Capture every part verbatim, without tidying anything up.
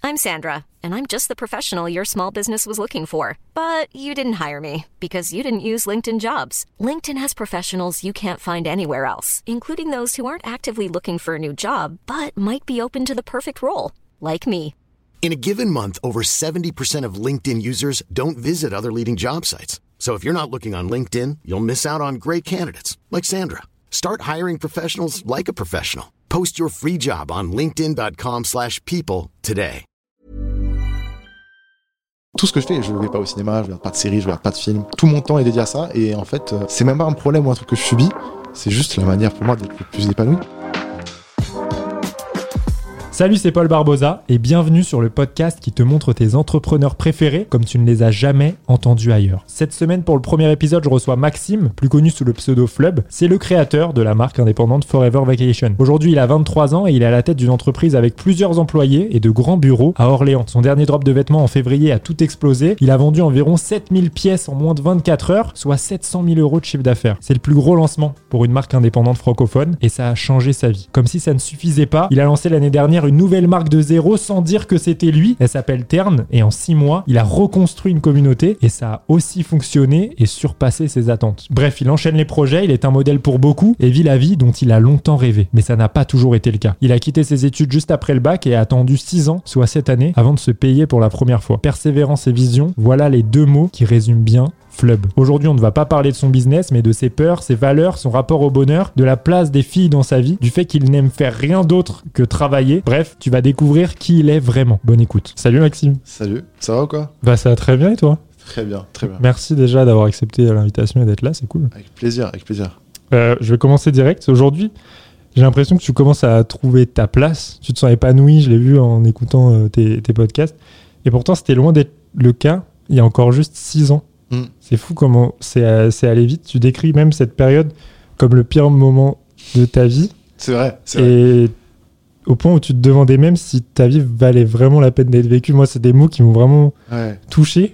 I'm Sandra, and I'm just the professional your small business was looking for. But you didn't hire me because you didn't use LinkedIn Jobs. LinkedIn has professionals you can't find anywhere else, including those who aren't actively looking for a new job, but might be open to the perfect role, like me. In a given month, over seventy percent of LinkedIn users don't visit other leading job sites. So if you're not looking on LinkedIn, you'll miss out on great candidates like Sandra. Start hiring professionals like a professional. Post your free job on linkedin.com slash people today. Tout ce que je fais, je ne vais pas au cinéma, je regarde pas de séries, je regarde pas de films. Tout mon temps est dédié à ça et en fait, c'est même pas un problème ou un truc que je subis. C'est juste la manière pour moi d'être le plus épanoui. Salut, c'est Paul Barbosa et bienvenue sur le podcast qui te montre tes entrepreneurs préférés comme tu ne les as jamais entendus ailleurs. Cette semaine, pour le premier épisode, je reçois Maxime, plus connu sous le pseudo Flub. C'est le créateur de la marque indépendante Forever Vacation. Aujourd'hui, il a vingt-trois ans et il est à la tête d'une entreprise avec plusieurs employés et de grands bureaux à Orléans. Son dernier drop de vêtements en février a tout explosé. Il a vendu environ sept mille pièces en moins de vingt-quatre heures, soit sept cent mille euros de chiffre d'affaires. C'est le plus gros lancement pour une marque indépendante francophone et ça a changé sa vie. Comme si ça ne suffisait pas, il a lancé l'année dernière une nouvelle marque de zéro sans dire que c'était lui. Elle s'appelle Tern et en six mois, il a reconstruit une communauté et ça a aussi fonctionné et surpassé ses attentes. Bref, il enchaîne les projets, il est un modèle pour beaucoup et vit la vie dont il a longtemps rêvé. Mais ça n'a pas toujours été le cas. Il a quitté ses études juste après le bac et a attendu six ans, soit cette année, avant de se payer pour la première fois. Persévérance et vision, voilà les deux mots qui résument bien Flub. Aujourd'hui, on ne va pas parler de son business, mais de ses peurs, ses valeurs, son rapport au bonheur, de la place des filles dans sa vie, du fait qu'il n'aime faire rien d'autre que travailler. Bref, tu vas découvrir qui il est vraiment. Bonne écoute. Salut Maxime. Salut, ça va ou quoi ? Bah ça va très bien et toi ? Très bien, très bien. Merci déjà d'avoir accepté l'invitation et d'être là, c'est cool. Avec plaisir, avec plaisir. Euh, je vais commencer direct. Aujourd'hui, j'ai l'impression que tu commences à trouver ta place. Tu te sens épanoui, je l'ai vu en écoutant euh, tes, tes podcasts. Et pourtant, c'était loin d'être le cas il y a encore juste six ans. Mm. C'est fou comment c'est, c'est allé vite. Tu décris même cette période comme le pire moment de ta vie. C'est vrai. C'est et vrai. Au point où tu te demandais même si ta vie valait vraiment la peine d'être vécue. Moi, c'est des mots qui m'ont vraiment ouais. touché.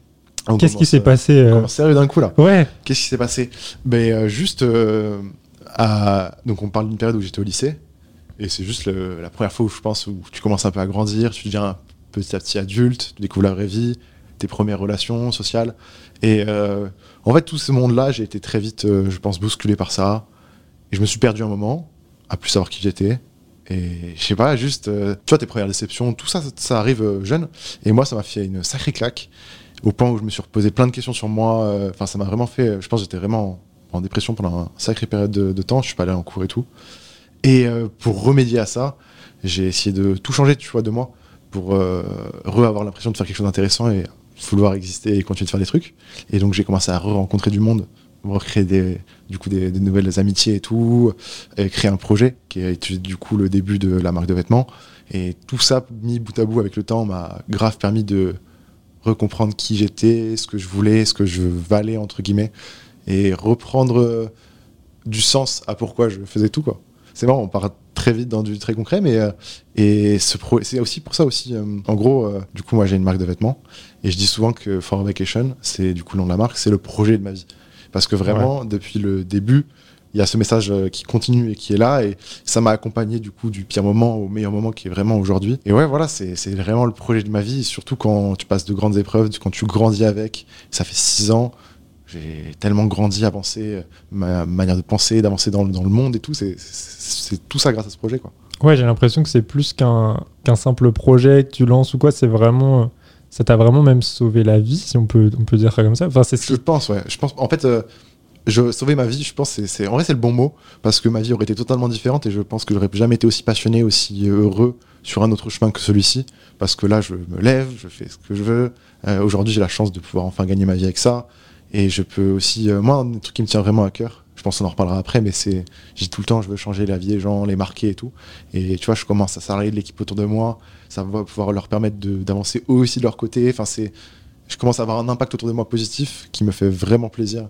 On Qu'est-ce qui s'est euh, passé euh... On commence sérieux d'un coup là. Ouais. Qu'est-ce qui s'est passé ? Ben euh, juste euh, à... donc on parle d'une période où j'étais au lycée et c'est juste le, la première fois où je pense où tu commences un peu à grandir, tu deviens petit à petit adulte, tu découvres la vraie vie, tes premières relations sociales et euh, en fait tout ce monde-là, j'ai été très vite, euh, je pense, bousculé par ça et je me suis perdu un moment à plus savoir qui j'étais. Et je sais pas, juste, euh, tu vois, tes premières déceptions, tout ça, ça, ça arrive euh, jeune. Et moi, ça m'a fait une sacrée claque, au point où je me suis reposé plein de questions sur moi. Enfin, euh, ça m'a vraiment fait, je pense que j'étais vraiment en, en dépression pendant une sacrée période de, de temps. Je suis pas allé en cours et tout. Et euh, pour remédier à ça, j'ai essayé de tout changer, tu vois, de moi, pour euh, re-avoir l'impression de faire quelque chose d'intéressant et vouloir exister et continuer de faire des trucs. Et donc, j'ai commencé à re-rencontrer du monde, recréer des, du coup des, des nouvelles amitiés et tout, et créer un projet qui a été du coup le début de la marque de vêtements. Et tout ça, mis bout à bout avec le temps, m'a grave permis de recomprendre qui j'étais, ce que je voulais, ce que je valais, entre guillemets, et reprendre du sens à pourquoi je faisais tout, quoi. C'est marrant, on part très vite dans du très concret, mais euh, et ce pro- c'est aussi pour ça aussi. Euh, en gros, euh, du coup, moi j'ai une marque de vêtements, et je dis souvent que Forever Vacation, c'est du coup le nom de la marque, c'est le projet de ma vie. Parce que vraiment, ouais. depuis le début, il y a ce message qui continue et qui est là. Et ça m'a accompagné du coup du pire moment au meilleur moment qui est vraiment aujourd'hui. Et ouais, voilà, c'est, c'est vraiment le projet de ma vie. Surtout quand tu passes de grandes épreuves, quand tu grandis avec. Ça fait six ans. J'ai tellement grandi, avancé, ma manière de penser, d'avancer dans, dans le monde et tout. C'est, c'est, c'est tout ça grâce à ce projet, quoi. Ouais, j'ai l'impression que c'est plus qu'un, qu'un simple projet que tu lances ou quoi. C'est vraiment... Ça t'a vraiment même sauvé la vie, si on peut, on peut dire ça comme ça. Enfin, c'est ce je qui... pense, ouais. Je pense, en fait, euh, je, sauver ma vie, je pense, c'est, c'est, en vrai, c'est le bon mot, parce que ma vie aurait été totalement différente et je pense que j'aurais jamais été aussi passionné, aussi heureux sur un autre chemin que celui-ci, parce que là, je me lève, je fais ce que je veux. Euh, aujourd'hui, j'ai la chance de pouvoir enfin gagner ma vie avec ça, et je peux aussi, euh, moi, un truc qui me tient vraiment à cœur, je pense qu'on en reparlera après, mais c'est, j'ai tout le temps, je veux changer la vie des gens, les marquer et tout. Et tu vois, je commence à salarier de l'équipe autour de moi. Ça va pouvoir leur permettre de, d'avancer eux aussi de leur côté. Enfin, c'est, je commence à avoir un impact autour de moi positif qui me fait vraiment plaisir.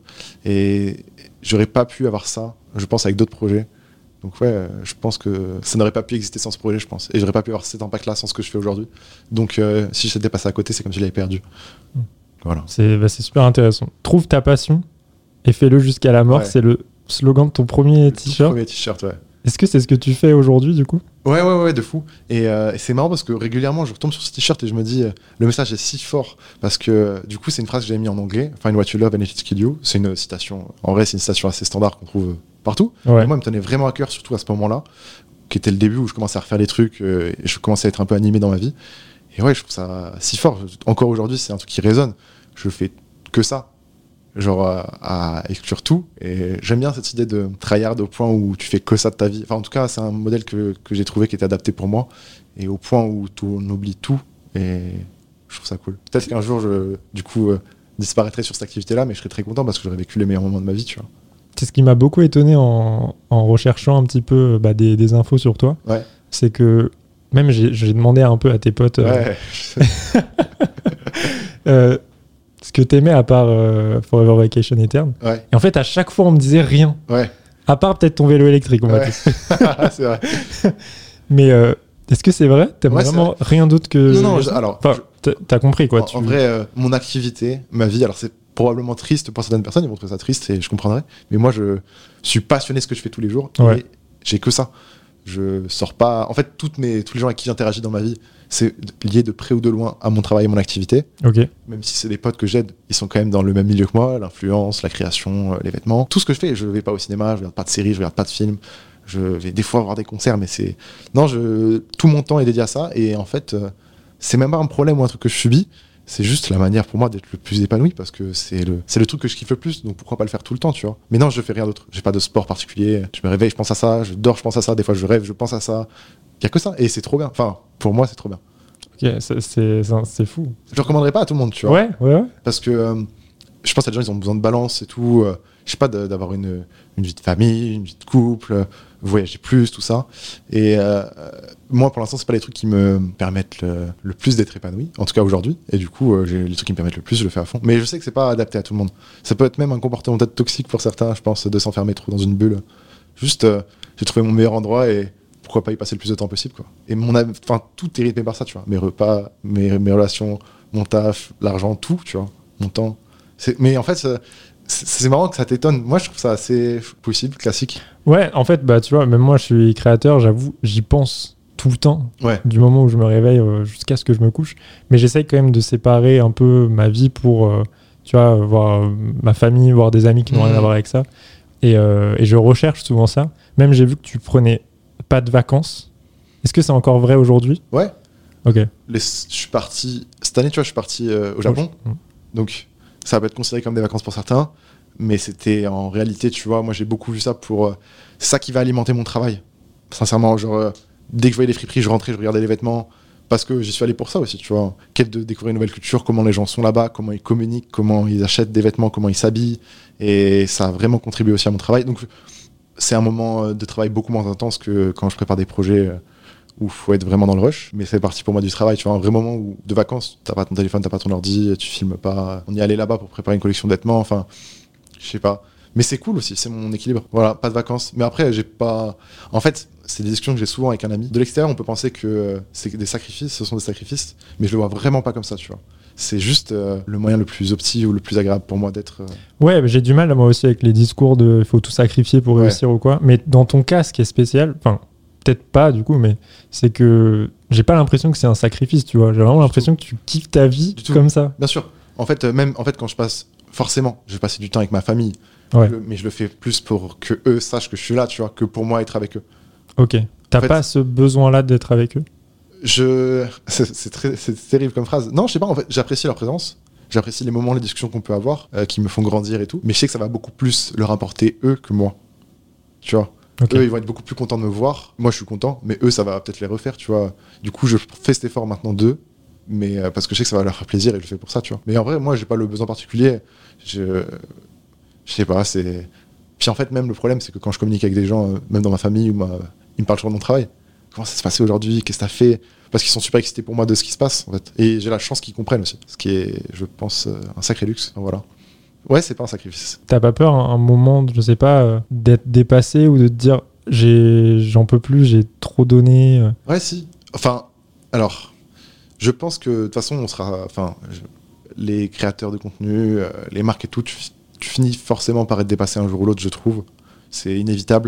Et j'aurais pas pu avoir ça, je pense, avec d'autres projets. Donc ouais, je pense que ça n'aurait pas pu exister sans ce projet, je pense. Et j'aurais pas pu avoir cet impact-là sans ce que je fais aujourd'hui. Donc euh, si j'étais passé à côté, c'est comme si je l'avais perdu. Mmh. Voilà. C'est, bah, c'est super intéressant. Trouve ta passion et fais-le jusqu'à la mort. Ouais. C'est le slogan de ton premier t-shirt. Premier t-shirt, ouais. Est-ce que c'est ce que tu fais aujourd'hui, du coup ? Ouais, ouais, ouais, de fou. Et, euh, et c'est marrant parce que régulièrement, je retombe sur ce t-shirt et je me dis, euh, le message est si fort parce que euh, du coup, c'est une phrase que j'avais mis en anglais. Find what you love and let it kill you. C'est une citation. En vrai, c'est une citation assez standard qu'on trouve partout. Ouais. Et moi, elle me tenait vraiment à cœur, surtout à ce moment-là, qui était le début où je commençais à refaire des trucs euh, et je commençais à être un peu animé dans ma vie. Et ouais, je trouve ça si fort. Encore aujourd'hui, c'est un truc qui résonne. Je fais que ça. Genre à, à exclure tout, et j'aime bien cette idée de tryhard au point où tu fais que ça de ta vie. Enfin, en tout cas, c'est un modèle que, que j'ai trouvé qui était adapté pour moi, et au point où on oublie tout, et je trouve ça cool. Peut-être qu'un jour, je, du coup, euh, disparaîtrais sur cette activité-là, mais je serais très content parce que j'aurais vécu les meilleurs moments de ma vie, tu vois. C'est ce qui m'a beaucoup étonné en, en recherchant un petit peu bah, des, des infos sur toi. Ouais. C'est que même j'ai, j'ai demandé un peu à tes potes. Ouais. Euh, euh, ce que t'aimais à part euh, Forever Vacation Etern. Ouais. Et en fait, à chaque fois, on me disait rien. Ouais. À part peut-être ton vélo électrique, on va Ouais. dire. C'est vrai. Mais euh, est-ce que c'est vrai? T'aimes Ouais, vraiment rien d'autre que... Non, non, je- alors, Enfin, t'as- t'as compris, quoi. En, tu... en vrai, euh, mon activité, ma vie, alors c'est probablement triste pour certaines personnes, ils vont trouver ça triste et je comprendrai. Mais moi, je suis passionné de ce que je fais tous les jours et Ouais. j'ai que ça. Je sors pas. En fait, toutes mes, tous les gens avec qui j'interagis dans ma vie, c'est lié de près ou de loin à mon travail et mon activité. Ok. Même si c'est des potes que j'aide, ils sont quand même dans le même milieu que moi, l'influence, la création, euh, les vêtements. Tout ce que je fais, je vais pas au cinéma, je regarde pas de séries, je regarde pas de films. Je vais des fois voir des concerts, mais c'est. Non, je... tout mon temps est dédié à ça. Et en fait, euh, c'est même pas un problème ou un truc que je subis. C'est juste la manière pour moi d'être le plus épanoui parce que c'est le, c'est le truc que je kiffe le plus. Donc pourquoi pas le faire tout le temps, tu vois. Mais non, je fais rien d'autre. J'ai pas de sport particulier. Je me réveille, je pense à ça. Je dors, je pense à ça. Des fois, je rêve, je pense à ça. Il y a que ça. Et c'est trop bien. Enfin, pour moi, c'est trop bien. Ok, c'est, c'est, c'est, c'est fou. Je le recommanderais pas à tout le monde, tu vois. Ouais, ouais, ouais. Parce que euh, je pense que les gens, ils ont besoin de balance et tout. Euh, je sais pas, de- d'avoir une, une vie de famille, une vie de couple, euh, voyager plus, tout ça. Et euh, euh, moi, pour l'instant, c'est pas les trucs qui me permettent le, le plus d'être épanoui. En tout cas, aujourd'hui. Et du coup, euh, j'ai les trucs qui me permettent le plus, je le fais à fond. Mais je sais que c'est pas adapté à tout le monde. Ça peut être même un comportement peut-être toxique pour certains, je pense, de s'enfermer trop dans une bulle. Juste, euh, j'ai trouvé mon meilleur endroit et pourquoi pas y passer le plus de temps possible, quoi. Et mon, av- enfin, tout est rythmé par ça, tu vois. Mes repas, mes, mes relations, mon taf, l'argent, tout, tu vois. Mon temps. C'est- Mais en fait, ça- c'est c'est marrant que ça t'étonne. Moi, je trouve ça assez possible, classique. Ouais, en fait, bah, tu vois, même moi, je suis créateur, j'avoue, j'y pense tout le temps, Ouais. du moment où je me réveille euh, jusqu'à ce que je me couche. Mais j'essaye quand même de séparer un peu ma vie pour, euh, tu vois, voir euh, ma famille, voir des amis qui n'ont Mhm. rien à voir avec ça. Et, euh, et je recherche souvent ça. Même, j'ai vu que tu prenais pas de vacances. Est-ce que c'est encore vrai aujourd'hui? Ouais. Ok. Les- je suis parti. Cette année, tu vois, je suis parti euh, au Japon. Mhm. Donc, ça va être considéré comme des vacances pour certains. Mais c'était en réalité, tu vois, moi, j'ai beaucoup vu ça pour. euh, c'est ça qui va alimenter mon travail. Sincèrement, genre, euh, dès que je voyais les friperies, je rentrais, je regardais les vêtements. Parce que j'y suis allé pour ça aussi, tu vois. Quête de découvrir une nouvelle culture, comment les gens sont là-bas, comment ils communiquent, comment ils achètent des vêtements, comment ils s'habillent. Et ça a vraiment contribué aussi à mon travail. Donc, c'est un moment euh, de travail beaucoup moins intense que quand je prépare des projets euh, où il faut être vraiment dans le rush. Mais c'est partie pour moi du travail, tu vois. Un vrai moment où, de vacances, t'as pas ton téléphone, t'as pas ton ordi, tu filmes pas. On y allait là-bas pour préparer une collection de vêtements, enfin, je sais pas. Mais c'est cool aussi, c'est mon équilibre. Voilà, pas de vacances. Mais après, j'ai pas. En fait, c'est des discussions que j'ai souvent avec un ami. De l'extérieur, on peut penser que euh, c'est des sacrifices, ce sont des sacrifices, mais je le vois vraiment pas comme ça, tu vois. C'est juste euh, le moyen le plus opti ou le plus agréable pour moi d'être. euh, Ouais, mais j'ai du mal moi aussi avec les discours de il faut tout sacrifier pour Ouais. réussir ou quoi. Mais dans ton cas, ce qui est spécial, enfin, peut-être pas du coup, mais c'est que j'ai pas l'impression que c'est un sacrifice, tu vois. J'ai vraiment l'impression que tu kiffes ta vie Du tout. comme ça. Bien sûr. En fait, euh, même en fait, quand je passe, forcément, je vais passer du temps avec ma famille, Ouais. Je- mais je le fais plus pour que eux sachent que je suis là, tu vois, que pour moi être avec eux. Ok. T'as En fait- pas ce besoin-là d'être avec eux? Je, c'est, c'est très, c'est terrible comme phrase. Non, je sais pas. En fait, j'apprécie leur présence. J'apprécie les moments, les discussions qu'on peut avoir, euh, qui me font grandir et tout. Mais je sais que ça va beaucoup plus leur importer eux que moi. Tu vois. Ok. Eux, ils vont être beaucoup plus contents de me voir. Moi, je suis content, mais eux, ça va peut-être les refaire, tu vois. Du coup, je fais cet effort maintenant d'eux, mais euh, parce que je sais que ça va leur faire plaisir et je le fais pour ça, tu vois. Mais en vrai, moi, j'ai pas le besoin particulier. Je, je sais pas. C'est. Puis en fait, même le problème, c'est que quand je communique avec des gens, euh, même dans ma famille, ou ma... ils me parlent toujours de mon travail. Comment ça s'est passé aujourd'hui? Qu'est-ce que t'as fait? Parce qu'ils sont super excités pour moi de ce qui se passe, en fait. Et j'ai la chance qu'ils comprennent aussi. Ce qui est, je pense, euh, un sacré luxe. Enfin, voilà. Ouais, c'est pas un sacrifice. T'as pas peur un, un moment, je sais pas, euh, d'être dépassé ou de te dire j'ai, j'en peux plus, j'ai trop donné. euh. Ouais, si. Enfin, alors, je pense que de toute façon, on sera. Enfin, je- les créateurs de contenu, euh, les marques et tout, tu, tu finis forcément par être dépassé un jour ou l'autre, je trouve. C'est inévitable.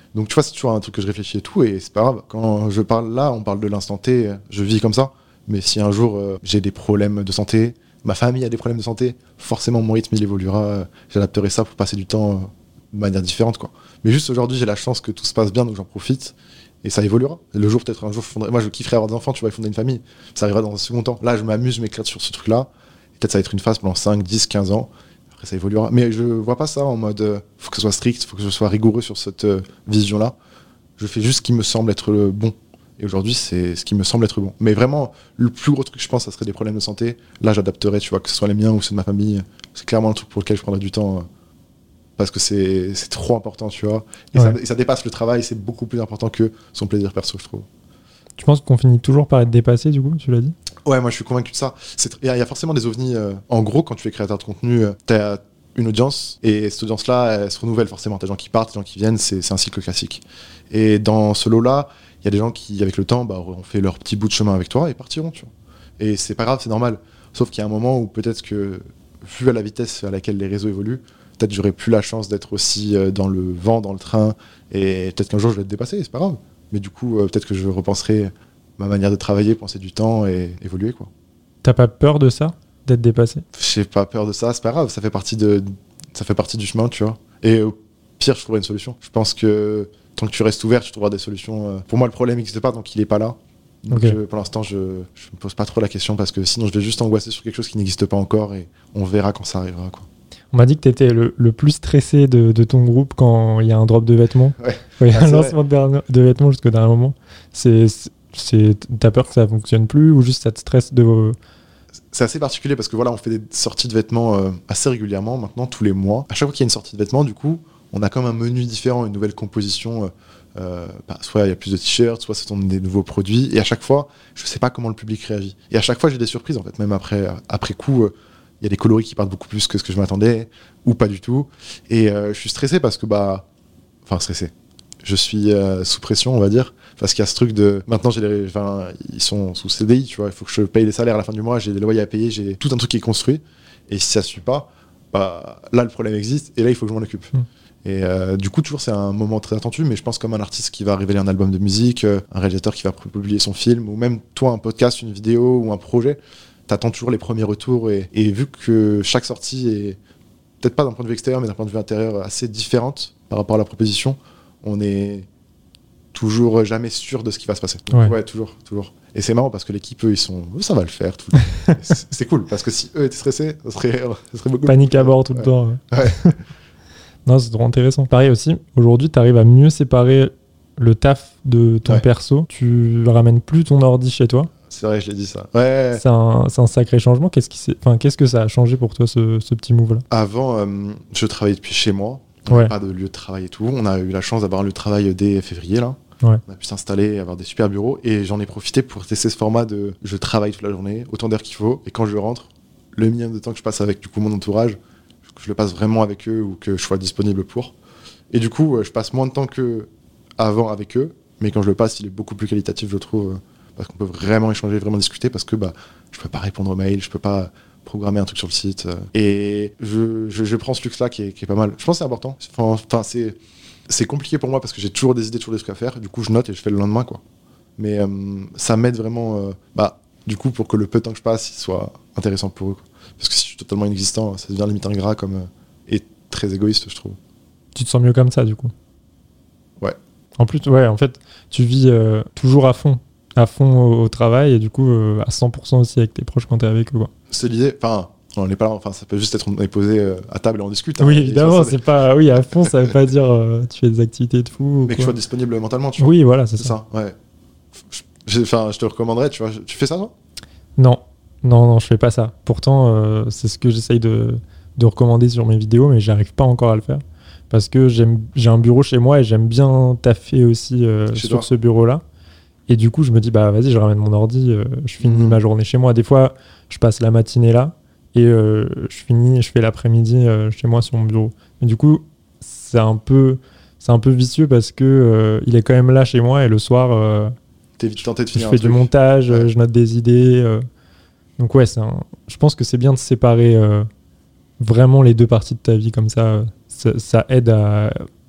Donc tu vois, c'est toujours un truc que je réfléchis et tout, et c'est pas grave. Quand je parle là, on parle de l'instant T, je vis comme ça. Mais si un jour euh, j'ai des problèmes de santé, ma famille a des problèmes de santé, forcément mon rythme il évoluera, euh, j'adapterai ça pour passer du temps euh, de manière différente, quoi. Mais juste aujourd'hui, j'ai la chance que tout se passe bien, donc j'en profite, et ça évoluera. Le jour, peut-être un jour, je fonderai... moi je kifferais avoir des enfants, tu vois, fonder une famille, ça arrivera dans un second temps. Là, je m'amuse, je m'éclate sur ce truc-là, et peut-être ça va être une phase pendant cinq, dix, quinze ans. Après, ça évoluera. Mais je vois pas ça en mode euh, faut que ce soit strict, faut que je sois rigoureux sur cette euh, vision-là. Je fais juste ce qui me semble être le bon. Et aujourd'hui, c'est ce qui me semble être bon. Mais vraiment, le plus gros truc, je pense, ça serait des problèmes de santé. Là, j'adapterais, tu vois, que ce soit les miens ou ceux de ma famille. C'est clairement le truc pour lequel je prendrais du temps. Euh, parce que c'est, c'est trop important, tu vois. Et, ouais. ça, et ça dépasse le travail, c'est beaucoup plus important que son plaisir perso, je trouve. Tu penses qu'on finit toujours par être dépassé, du coup, tu l'as dit ? Ouais, moi je suis convaincu de ça. Il y, y a forcément des ovnis. Euh, en gros, quand tu es créateur de contenu, euh, t'as une audience, et cette audience-là, elle se renouvelle forcément. T'as des gens qui partent, des gens qui viennent, c'est, c'est un cycle classique. Et dans ce lot-là, il y a des gens qui, avec le temps, bah, ont fait leur petit bout de chemin avec toi et partiront, tu vois. Et c'est pas grave, c'est normal. Sauf qu'il y a un moment où peut-être que, vu à la vitesse à laquelle les réseaux évoluent, peut-être j'aurais plus la chance d'être aussi euh, dans le vent, dans le train, et peut-être qu'un jour je vais être dépassé, c'est pas grave. Mais du coup, euh, peut-être que je repenserai ma manière de travailler, penser du temps et évoluer, quoi. T'as pas peur de ça, d'être dépassé ? J'ai pas peur de ça, c'est pas grave, ça fait partie de, ça fait partie du chemin, tu vois. Et au pire, je trouverai une solution. Je pense que tant que tu restes ouvert, tu trouveras des solutions. Pour moi, le problème n'existe pas, donc il est pas là. Donc okay. je, pour l'instant, je, je me pose pas trop la question parce que sinon, je vais juste angoisser sur quelque chose qui n'existe pas encore et on verra quand ça arrivera, quoi. On m'a dit que tu étais le, le plus stressé de, de ton groupe quand il y a un drop de vêtements. Ouais. Il y a ah, un lancement de, de vêtements jusqu'au dernier moment. C'est, c'est, t'as peur que ça fonctionne plus ou juste ça te stresse de vos... C'est assez particulier parce que voilà, on fait des sorties de vêtements euh, assez régulièrement maintenant, tous les mois. À chaque fois qu'il y a une sortie de vêtements, du coup, on a comme un menu différent, une nouvelle composition. Euh, euh, bah, soit il y a plus de t-shirts, soit ce sont des nouveaux produits. Et à chaque fois, je sais pas comment le public réagit. Et à chaque fois, j'ai des surprises en fait. Même après, après coup, il euh, y a des coloris qui partent beaucoup plus que ce que je m'attendais, ou pas du tout. Et euh, je suis stressé parce que bah, enfin stressé. Je suis euh, sous pression, on va dire, parce qu'il y a ce truc de... Maintenant, j'ai les... enfin, ils sont sous C D I, tu vois, il faut que je paye les salaires à la fin du mois, j'ai des loyers à payer, j'ai tout un truc qui est construit. Et si ça ne suit pas, bah, là, le problème existe, et là, il faut que je m'en occupe. Mmh. Et euh, du coup, toujours, c'est un moment très attendu, mais je pense comme un artiste qui va révéler un album de musique, euh, un réalisateur qui va publier son film, ou même toi, un podcast, une vidéo ou un projet, t'attends toujours les premiers retours. Et, et vu que chaque sortie est, peut-être pas d'un point de vue extérieur, mais d'un point de vue intérieur, assez différente par rapport à la proposition, on est toujours jamais sûr de ce qui va se passer. Donc, ouais. ouais, toujours, toujours. Et c'est marrant parce que l'équipe, eux, ils sont, eux, ça va le faire. Tout le temps. c'est, c'est cool parce que si eux étaient stressés, ça serait, ça serait beaucoup. Panique à bord tout ouais. le temps. Ouais. Ouais. Non, c'est trop intéressant. Pareil aussi, aujourd'hui, tu arrives à mieux séparer le taf de ton ouais. perso. Tu ramènes plus ton ordi chez toi. C'est vrai, je l'ai dit ça. Ouais. C'est un, c'est un sacré changement. Qu'est-ce qui s'est, enfin, qu'est-ce que ça a changé pour toi, ce, ce petit move-là ? Avant, euh, je travaillais depuis chez moi. On n'avait ouais. pas de lieu de travail et tout. On a eu la chance d'avoir un lieu de travail dès février, là. Ouais. On a pu s'installer et avoir des super bureaux. Et j'en ai profité pour tester ce format de je travaille toute la journée, autant d'heures qu'il faut. Et quand je rentre, le minimum de temps que je passe avec du coup, mon entourage, que je le passe vraiment avec eux ou que je sois disponible pour. Et du coup, je passe moins de temps qu'avant avec eux. Mais quand je le passe, il est beaucoup plus qualitatif, je trouve. Parce qu'on peut vraiment échanger, vraiment discuter. Parce que bah, je peux pas répondre aux mails, je peux pas programmer un truc sur le site. Et je, je, je prends ce luxe-là qui est, qui est pas mal. Je pense que c'est important. Enfin, c'est... C'est compliqué pour moi parce que j'ai toujours des idées, toujours des trucs à faire. Du coup, je note et je fais le lendemain, quoi. Mais euh, ça m'aide vraiment, euh, bah, du coup, pour que le peu de temps que je passe, il soit intéressant pour eux, quoi. Parce que si je suis totalement inexistant, ça devient limite ingrat comme, euh, et très égoïste, je trouve. Tu te sens mieux comme ça, du coup ? Ouais. En plus, ouais, en fait, tu vis euh, toujours à fond, à fond au, au travail et du coup, euh, à cent pour cent aussi avec tes proches quand t'es avec eux, quoi. C'est l'idée, enfin... On n'est pas là, enfin ça peut juste être on est posé euh, à table et on discute. Hein, oui, évidemment, c'est pas oui à fond, ça veut pas dire euh, tu fais des activités de fou. Mais que je sois disponible mentalement, tu vois. Oui, voilà, c'est, c'est ça. ça. Ouais. Enfin, je, je te recommanderais, tu vois. Tu fais ça, toi ? Non, non, non, je fais pas ça. Pourtant, euh, c'est ce que j'essaye de de recommander sur mes vidéos, mais j'arrive pas encore à le faire parce que j'aime, j'ai un bureau chez moi et j'aime bien taffer aussi euh, sur toi. Ce bureau-là. Et du coup, je me dis bah vas-y, je ramène mon ordi, euh, je finis mmh. ma journée chez moi. Des fois, je passe la matinée là. Et euh, je finis, je fais l'après-midi euh, chez moi sur mon bureau. Mais du coup, c'est un peu, c'est un peu vicieux parce que euh, il est quand même là chez moi et le soir, euh, t'es vite tenté de finir je fais du montage, ouais. euh, je note des idées. Euh. Donc ouais, c'est un... je pense que c'est bien de séparer euh, vraiment les deux parties de ta vie comme ça. Ça, ça aide à,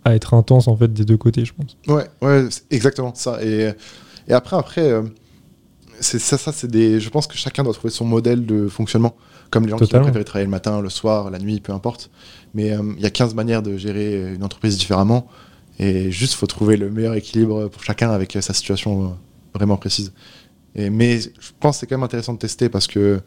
à être intense en fait des deux côtés, je pense. Ouais, ouais, c'est exactement ça. Et, et après, après, euh, c'est ça, ça, c'est des. Je pense que chacun doit trouver son modèle de fonctionnement. Comme les gens Totalement. qui préfèrent travailler le matin, le soir, la nuit, peu importe. Mais il euh, y a quinze manières de gérer une entreprise différemment. Et juste, il faut trouver le meilleur équilibre pour chacun avec sa situation euh, vraiment précise. Et, mais je pense que c'est quand même intéressant de tester parce que,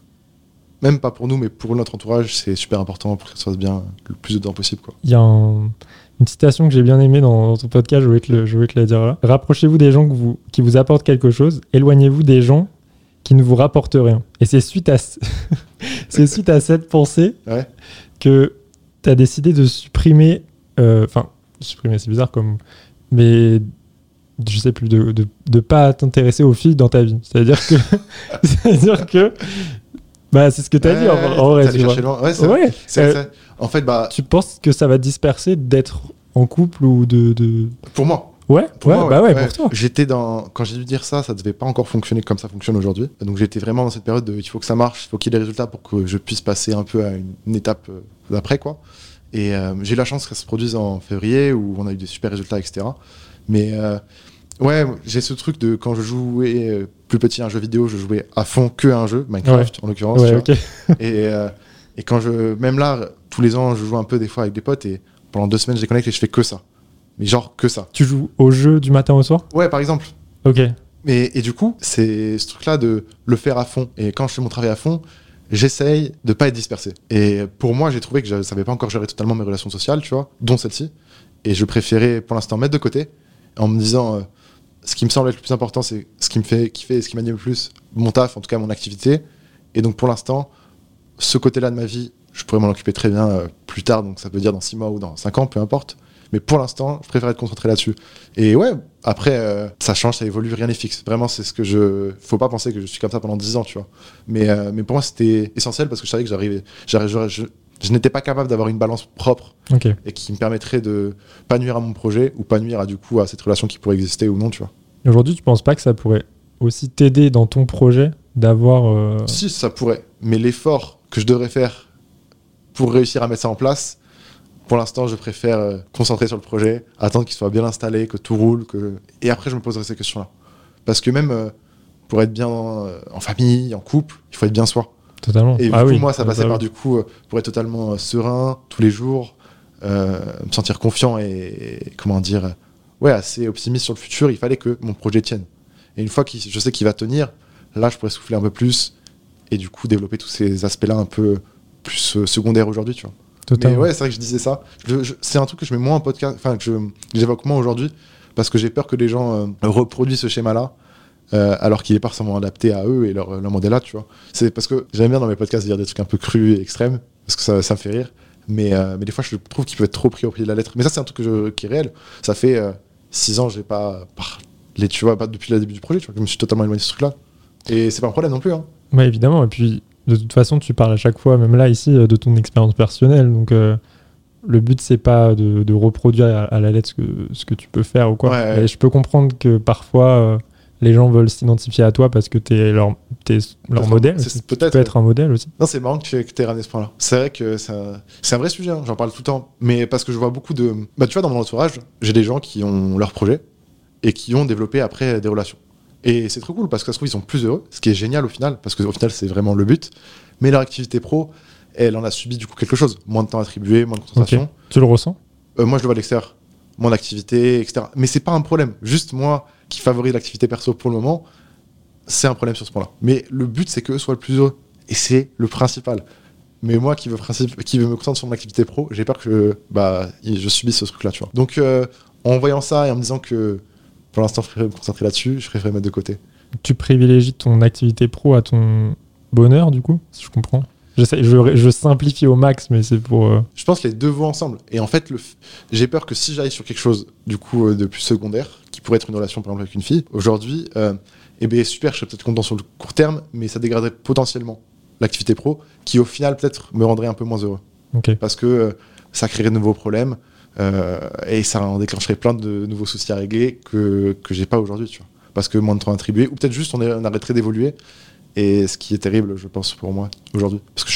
même pas pour nous, mais pour notre entourage, c'est super important pour que ça se passe bien le plus de temps possible, quoi. Il y a un- une citation que j'ai bien aimée dans, dans ton podcast, je voulais te, le- je voulais te la dire là. Rapprochez-vous des gens que vous, qui vous apportent quelque chose, éloignez-vous des gens qui ne vous rapportent rien. Et c'est suite à, ce- c'est suite à cette pensée Ouais. que tu as décidé de supprimer, enfin, euh, supprimer, c'est bizarre comme, mais je sais plus, de, de, de pas t'intéresser aux filles dans ta vie. C'est-à-dire que, c'est-à-dire que, bah, c'est ce que tu as Ouais, dit en, en vrai. t'es allé tu vois. chercher loin. Ouais, c'est Ouais. c'est- Euh, c'est- En fait, bah, Tu penses que ça va te disperser d'être en couple ou de, de... pour moi, Ouais, Pour ouais, moi, bah ouais, ouais. pour toi. J'étais dans. Quand j'ai dû dire ça, ça devait pas encore fonctionner comme ça fonctionne aujourd'hui. Donc j'étais vraiment dans cette période de il faut que ça marche, il faut qu'il y ait des résultats pour que je puisse passer un peu à une, une étape euh, d'après, quoi. Et euh, j'ai eu la chance que ça se produise en février où on a eu des super résultats, et cetera. Mais euh, ouais, j'ai ce truc de quand je jouais euh, plus petit à un jeu vidéo, je jouais à fond que à un jeu, Minecraft en l'occurrence. Ouais, tu ok. vois. Et, euh, et quand je. Même là, tous les ans, je joue un peu des fois avec des potes et pendant deux semaines, je déconnecte et je fais que ça. Mais genre que ça. Tu joues au jeu du matin au soir? Ouais, par exemple. Ok. Et, et du coup, c'est ce truc-là de le faire à fond. Et quand je fais mon travail à fond, j'essaye de pas être dispersé. Et pour moi, j'ai trouvé que je savais pas encore gérer totalement mes relations sociales, tu vois, dont celle-ci. Et je préférais pour l'instant mettre de côté en me disant euh, ce qui me semble être le plus important, c'est ce qui me fait kiffer et ce qui m'anime le plus, mon taf, en tout cas mon activité. Et donc pour l'instant, ce côté-là de ma vie, je pourrais m'en occuper très bien euh, plus tard, donc ça peut dire dans six mois ou dans cinq ans, peu importe. Mais pour l'instant, je préfère être concentré là-dessus. Et ouais, après, euh, ça change, ça évolue, rien n'est fixe. Vraiment, c'est ce que je. Faut pas penser que je suis comme ça pendant dix ans, tu vois. Mais, euh, mais pour moi, c'était essentiel parce que je savais que j'arrivais. j'arrivais- j'aurais- Je, je n'étais pas capable d'avoir une balance propre Ok. et qui me permettrait de pas nuire à mon projet ou pas nuire à, du coup, à cette relation qui pourrait exister ou non, tu vois. Et aujourd'hui, tu penses pas que ça pourrait aussi t'aider dans ton projet d'avoir. euh, Si, ça pourrait. Mais l'effort que je devrais faire pour réussir à mettre ça en place, pour l'instant, je préfère euh, concentrer sur le projet, attendre qu'il soit bien installé, que tout roule, que... et après, je me poserai ces questions-là. Parce que même euh, pour être bien euh, en famille, en couple, il faut être bien soi. Totalement. Et ah du coup, oui. moi, ça Ah passait bah par oui. du coup, euh, pour être totalement euh, serein tous les jours, euh, me sentir confiant et, et, comment dire, euh, ouais, assez optimiste sur le futur, il fallait que mon projet tienne. Et une fois que je sais qu'il va tenir, là, je pourrais souffler un peu plus et du coup développer tous ces aspects-là un peu plus euh, secondaires aujourd'hui, tu vois. Totalement. Mais ouais, c'est vrai que je disais ça. Je- je- c'est un truc que je mets moins en podcast, enfin que je- que j'évoque moins aujourd'hui, parce que j'ai peur que les gens euh, reproduisent ce schéma-là, euh, alors qu'il est pas forcément adapté à eux et leur, leur modèle-là, tu vois. C'est parce que j'aime bien dans mes podcasts dire des trucs un peu crus et extrêmes, parce que ça, ça me fait rire. Mais, euh, mais des fois, je trouve qu'ils peuvent être trop pris au pied de la lettre. Mais ça, c'est un truc que je- qui est réel. Ça fait euh, six ans, j'ai pas parlé, tu vois, pas depuis le début du projet, tu vois, que je me suis totalement éloigné de ce truc-là. Et c'est pas un problème non plus, hein. Ouais, évidemment. Et puis, de toute façon, tu parles à chaque fois, même là, ici, euh, de ton expérience personnelle. Donc, euh, le but, c'est pas de, de reproduire à, à la lettre ce que, ce que tu peux faire ou quoi. Ouais, ouais. Et je peux comprendre que parfois, euh, les gens veulent s'identifier à toi parce que t'es leur, t'es leur Peut-être- modèle. c'est- aussi. Tu peut-être, peux être un modèle aussi. Non, c'est marrant que tu aies ramené ce point-là. C'est vrai que ça- c'est un vrai sujet, hein, j'en parle tout le temps. Mais parce que je vois beaucoup de. Bah, tu vois, dans mon entourage, j'ai des gens qui ont leur projet et qui ont développé après des relations. Et c'est trop cool parce que ça se trouve, ils sont plus heureux, ce qui est génial au final, parce qu'au final, c'est vraiment le but. Mais leur activité pro, elle en a subi du coup quelque chose. Moins de temps attribué, moins de concentration. Ok. Tu le ressens? Euh, moi, je le vois à l'extérieur. Mon activité, et cetera. Mais c'est pas un problème. Juste moi, qui favorise l'activité perso pour le moment, c'est un problème sur ce point-là. Mais le but, c'est qu'eux soient le plus heureux. Et c'est le principal. Mais moi, qui veux, principe, qui veux me concentrer sur mon activité pro, j'ai peur que je, bah, je subisse ce truc-là, tu vois. Donc, euh, en voyant ça et en me disant que pour l'instant, je préfère me concentrer là-dessus, je préfère mettre de côté. Tu privilégies ton activité pro à ton bonheur, du coup, si je comprends. J'essaie- je, je simplifie au max, mais c'est pour... euh, Je pense que les deux vont ensemble. Et en fait, le f- j'ai peur que si j'aille sur quelque chose du coup euh, de plus secondaire, qui pourrait être une relation par exemple avec une fille, aujourd'hui, euh, eh bien super, je serais peut-être content sur le court terme, mais ça dégraderait potentiellement l'activité pro, qui au final peut-être me rendrait un peu moins heureux. Ok. Parce que euh, ça créerait de nouveaux problèmes euh, et ça en déclencherait plein de nouveaux soucis à régler que, que j'ai pas aujourd'hui, tu vois. Parce que moins de temps attribué, ou peut-être juste on, est- on arrêterait d'évoluer. Et ce qui est terrible, je pense, pour moi, aujourd'hui. Parce que je,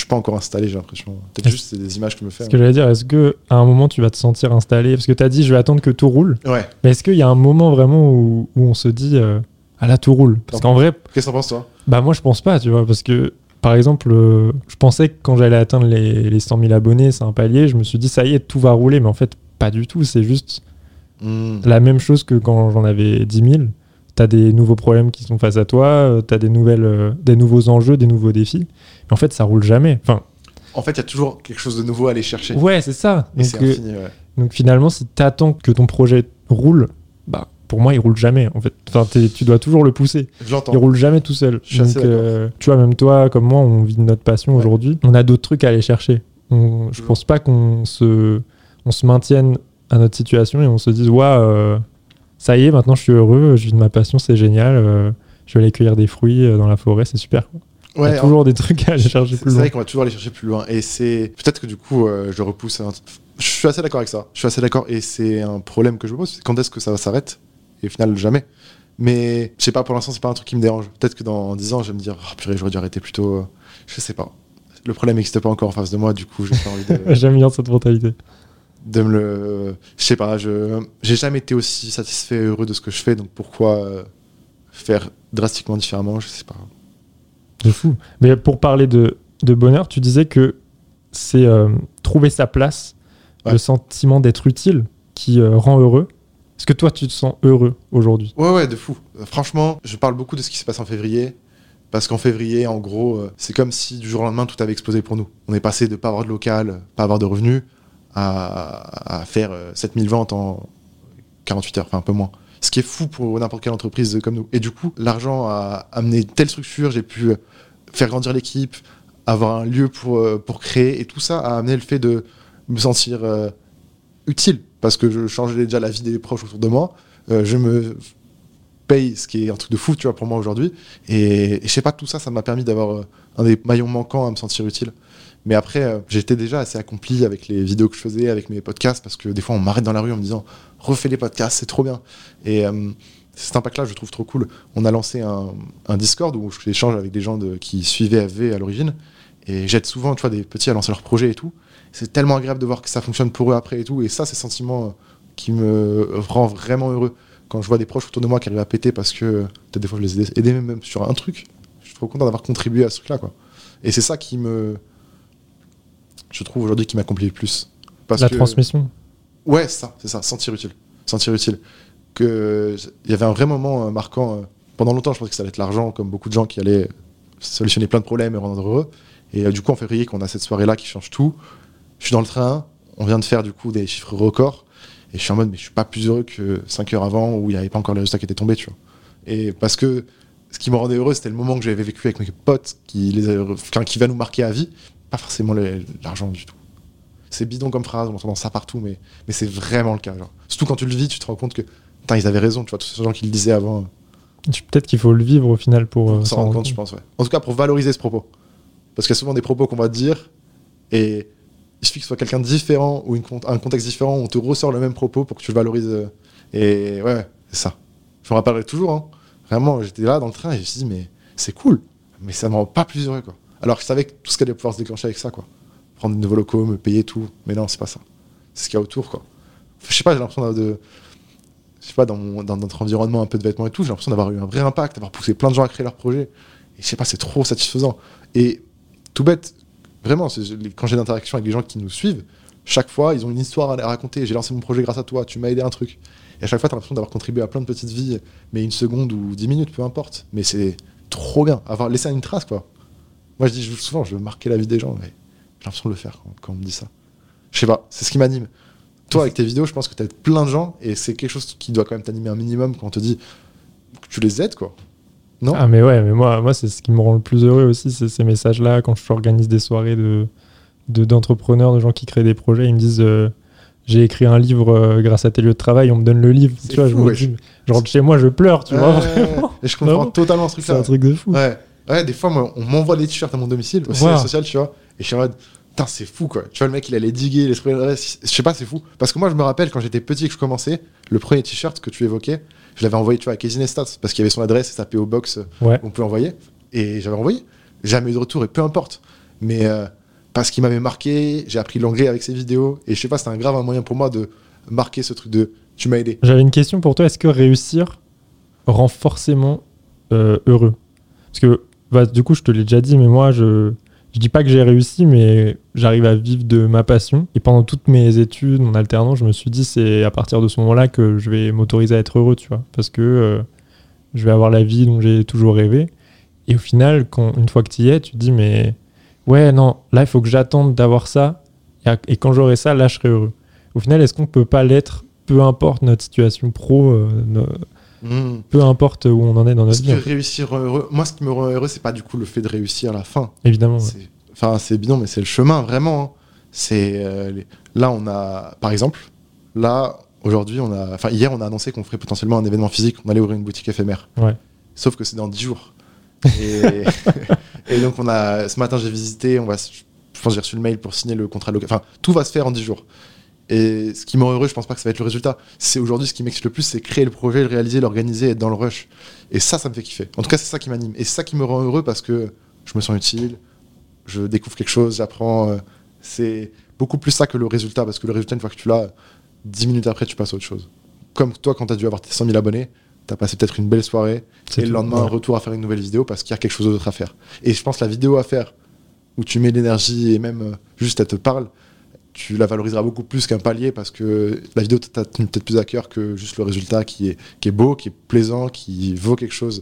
pas encore installé, j'ai l'impression. Peut-être Est-ce... juste c'est des images que je me fais. Ce que j'allais dire, est-ce que à un moment tu vas te sentir installé? Parce que tu as dit je vais attendre que tout roule. Ouais. Mais est-ce qu'il y a un moment vraiment où, où on se dit euh, ah là tout roule? Parce non. qu'en vrai. Qu'est-ce que t'en penses toi? Bah moi je pense pas, tu vois, parce que par exemple, euh, je pensais que quand j'allais atteindre les, les cent mille abonnés, c'est un palier, je me suis dit ça y est, tout va rouler, mais en fait pas du tout, c'est juste mmh. la même chose que quand j'en avais dix mille. T'as des nouveaux problèmes qui sont face à toi, euh, t'as des, nouvelles, euh, des nouveaux enjeux, des nouveaux défis. Mais en fait, ça roule jamais. Enfin, en fait, il y a toujours quelque chose de nouveau à aller chercher. Ouais, c'est ça. Et donc, c'est infini, ouais. donc finalement, si t'attends que ton projet roule, bah, pour moi, il roule jamais. En fait, enfin, tu dois toujours le pousser. Je l'entends. Il roule jamais tout seul. Je suis assez donc, euh, tu vois, même toi, comme moi, on vit de notre passion ouais. aujourd'hui. On a d'autres trucs à aller chercher. On, je pense pas qu'on se, on se maintienne à notre situation et on se dise, ouais, euh, ça y est, maintenant je suis heureux, je vis de ma passion, c'est génial, euh, je vais aller cueillir des fruits euh, dans la forêt, c'est super. Quoi. Ouais, il y a toujours des trucs à aller chercher plus loin. C'est vrai qu'on va toujours aller chercher plus loin. Et c'est peut-être que du coup, euh, je repousse. Un... Je suis assez d'accord avec ça. Je suis assez d'accord. Et c'est un problème que je me pose. C'est quand est-ce que ça s'arrête? Et au final, jamais. Mais je sais pas, pour l'instant, c'est pas un truc qui me dérange. Peut-être que dans dix ans, je vais me dire, oh, purée, j'aurais dû arrêter plus tôt. Je sais pas. Le problème n'existe pas encore en face de moi. Du coup, j'ai pas envie de. J'aime bien cette mentalité. De me le. Je sais pas. Je... J'ai jamais été aussi satisfait et heureux de ce que je fais. Donc pourquoi faire drastiquement différemment? Je sais pas. De fou. Mais pour parler de, de bonheur, tu disais que c'est euh, trouver sa place, ouais. Le sentiment d'être utile qui euh, rend heureux. Est-ce que toi, tu te sens heureux aujourd'hui? Ouais, ouais, de fou. Euh, franchement, je parle beaucoup de ce qui s'est passé en février. Parce qu'en février, en gros, euh, c'est comme si du jour au lendemain, tout avait explosé pour nous. On est passé de pas avoir de local, pas avoir de revenus, à, à faire euh, sept mille ventes en quarante-huit heures, enfin un peu moins. Ce qui est fou pour n'importe quelle entreprise comme nous. Et du coup, l'argent a amené telle structure, j'ai pu faire grandir l'équipe, avoir un lieu pour, pour créer, et tout ça a amené le fait de me sentir euh, utile, parce que je changeais déjà la vie des proches autour de moi. Euh, je me paye, ce qui est un truc de fou, tu vois, pour moi aujourd'hui. Et, et je sais pas, tout ça, ça m'a permis d'avoir un des maillons manquants à me sentir utile. Mais après, euh, j'étais déjà assez accompli avec les vidéos que je faisais, avec mes podcasts, parce que des fois, on m'arrête dans la rue en me disant « refais les podcasts, c'est trop bien ». Et euh, cet impact-là, je trouve trop cool. On a lancé un, un Discord où j'échange avec des gens de, qui suivaient F V à l'origine. Et j'aide souvent, tu vois, des petits à lancer leurs projets et tout. C'est tellement agréable de voir que ça fonctionne pour eux après et tout. Et ça, c'est un sentiment qui me rend vraiment heureux. Quand je vois des proches autour de moi qui arrivent à péter parce que peut-être des fois, je les ai aidés même sur un truc. Je suis trop content d'avoir contribué à ce truc-là, quoi. Et c'est ça qui me... je trouve aujourd'hui qui m'accomplit le plus. Parce la que... transmission. Ouais, c'est ça, c'est ça, sentir utile. Sentir utile. Que... Il y avait un vrai moment marquant. Pendant longtemps, je pensais que ça allait être l'argent, comme beaucoup de gens qui allaient solutionner plein de problèmes et rendre heureux. Et euh, du coup, en février, quand on a cette soirée-là qui change tout, je suis dans le train, on vient de faire du coup des chiffres records, et je suis en mode, mais je suis pas plus heureux que cinq heures avant, où il n'y avait pas encore les résultats qui étaient tombés, tu vois. Et parce que ce qui me rendait heureux, c'était le moment que j'avais vécu avec mes potes, qui, les a... enfin, qui va nous marquer à vie. Pas forcément le, l'argent du tout. C'est bidon comme phrase, on entend ça partout, mais, mais c'est vraiment le cas. Genre. Surtout quand tu le vis, tu te rends compte que putain, ils avaient raison, tu vois, tous ces gens qui le disaient avant. Peut-être qu'il faut le vivre au final pour euh, s'en rendre compte, je pense, ouais. En tout cas, pour valoriser ce propos. Parce qu'il y a souvent des propos qu'on va te dire, et il suffit que ce soit quelqu'un de différent ou une, un contexte différent, on te ressort le même propos pour que tu le valorises. Et ouais, ouais c'est ça. Je me rappellerai toujours, hein. Vraiment, j'étais là dans le train et je me suis dit, mais c'est cool, mais ça me rend pas plus heureux, quoi. Alors que je savais que tout ce qu'elle allait pouvoir se déclencher avec ça, quoi. Prendre de nouveaux locaux, me payer tout. Mais non, c'est pas ça. C'est ce qu'il y a autour, quoi. Je sais pas, j'ai l'impression de... Je sais pas, dans, mon, dans notre environnement un peu de vêtements et tout, j'ai l'impression d'avoir eu un vrai impact, d'avoir poussé plein de gens à créer leur projet. Et je sais pas, c'est trop satisfaisant. Et tout bête, vraiment, c'est, quand j'ai d'interactions avec les gens qui nous suivent, chaque fois, ils ont une histoire à raconter. J'ai lancé mon projet grâce à toi, tu m'as aidé à un truc. Et à chaque fois, t'as l'impression d'avoir contribué à plein de petites vies, mais une seconde ou dix minutes, peu importe. Mais c'est trop bien. Avoir laissé une trace, quoi. Moi, je dis souvent, je veux marquer la vie des gens, mais j'ai l'impression de le faire quand, quand on me dit ça. Je sais pas, c'est ce qui m'anime. Toi, avec tes vidéos, je pense que t'as plein de gens, et c'est quelque chose qui doit quand même t'animer un minimum quand on te dit que tu les aides, quoi. Non ? Ah, mais ouais, mais moi, moi, c'est ce qui me rend le plus heureux aussi, c'est ces messages-là, quand je organise des soirées de, de, d'entrepreneurs, de gens qui créent des projets, ils me disent euh, j'ai écrit un livre euh, grâce à tes lieux de travail, on me donne le livre. C'est tu vois, fou, je, me ouais. dis, je rentre chez moi, je pleure, tu ouais, vois. Vraiment. Et je comprends Vraiment. totalement ce truc-là. C'est un truc de fou. Ouais. Ouais, des fois, moi, on m'envoie des t-shirts à mon domicile, au siège social, tu vois, et je suis en mode, putain, c'est fou, quoi. Tu vois, le mec, il allait diguer l'esprit, je sais pas, c'est fou. Parce que moi, je me rappelle, quand j'étais petit et que je commençais, le premier t-shirt que tu évoquais, je l'avais envoyé, tu vois, à Casey Neistat, parce qu'il y avait son adresse et sa P O Box, ouais. on peut envoyer, et j'avais envoyé. Jamais eu de retour, et peu importe. Mais euh, parce qu'il m'avait marqué, j'ai appris l'anglais avec ses vidéos, et je sais pas, c'était un grave un moyen pour moi de marquer ce truc de « tu m'as aidé ». J'avais une question pour toi, est-ce que réussir rend forcément euh, heureux ? Parce que, bah, du coup, je te l'ai déjà dit, mais moi, je... Je dis pas que j'ai réussi, mais j'arrive à vivre de ma passion. Et pendant toutes mes études, mon alternance, je me suis dit c'est à partir de ce moment-là que je vais m'autoriser à être heureux, tu vois, parce que euh, je vais avoir la vie dont j'ai toujours rêvé. Et au final, quand, une fois que tu y es, tu te dis mais ouais, non, là il faut que j'attende d'avoir ça, et, et quand j'aurai ça, là je serai heureux. Au final, est-ce qu'on peut pas l'être, peu importe notre situation pro, euh, no... Mmh. peu importe où on en est dans notre vie. Parce que réussir heureux, moi ce qui me rend heureux, c'est pas du coup le fait de réussir à la fin. Évidemment. C'est... Ouais. Enfin, c'est bidon, mais c'est le chemin, vraiment. Hein. C'est, euh, les... Là, on a, par exemple, là, aujourd'hui, on a, enfin, hier, on a annoncé qu'on ferait potentiellement un événement physique, on allait ouvrir une boutique éphémère. Ouais. Sauf que c'est dans dix jours. Et... et donc, on a, ce matin, j'ai visité, on va, je pense que j'ai reçu le mail pour signer le contrat local. Enfin, tout va se faire en dix jours. Et ce qui me rend heureux, je pense pas que ça va être le résultat. C'est aujourd'hui, ce qui m'excite le plus, c'est créer le projet, le réaliser, l'organiser, être dans le rush. Et ça, ça me fait kiffer. En tout cas, c'est ça qui m'anime. Et c'est ça qui me rend heureux parce que je me sens utile, je découvre quelque chose, j'apprends. Euh, c'est beaucoup plus ça que le résultat, parce que le résultat, une fois que tu l'as, dix minutes après, tu passes à autre chose. Comme toi, quand tu as dû avoir tes cent mille abonnés, tu as passé peut-être une belle soirée, c'est et tout, le lendemain, ouais. retour à faire une nouvelle vidéo parce qu'il y a quelque chose d'autre à faire. Et je pense que la vidéo à faire, où tu mets l'énergie et même euh, juste elle te parle, tu la valoriseras beaucoup plus qu'un palier parce que la vidéo t'a tenu peut-être plus à cœur que juste le résultat qui est, qui est beau, qui est plaisant, qui vaut quelque chose.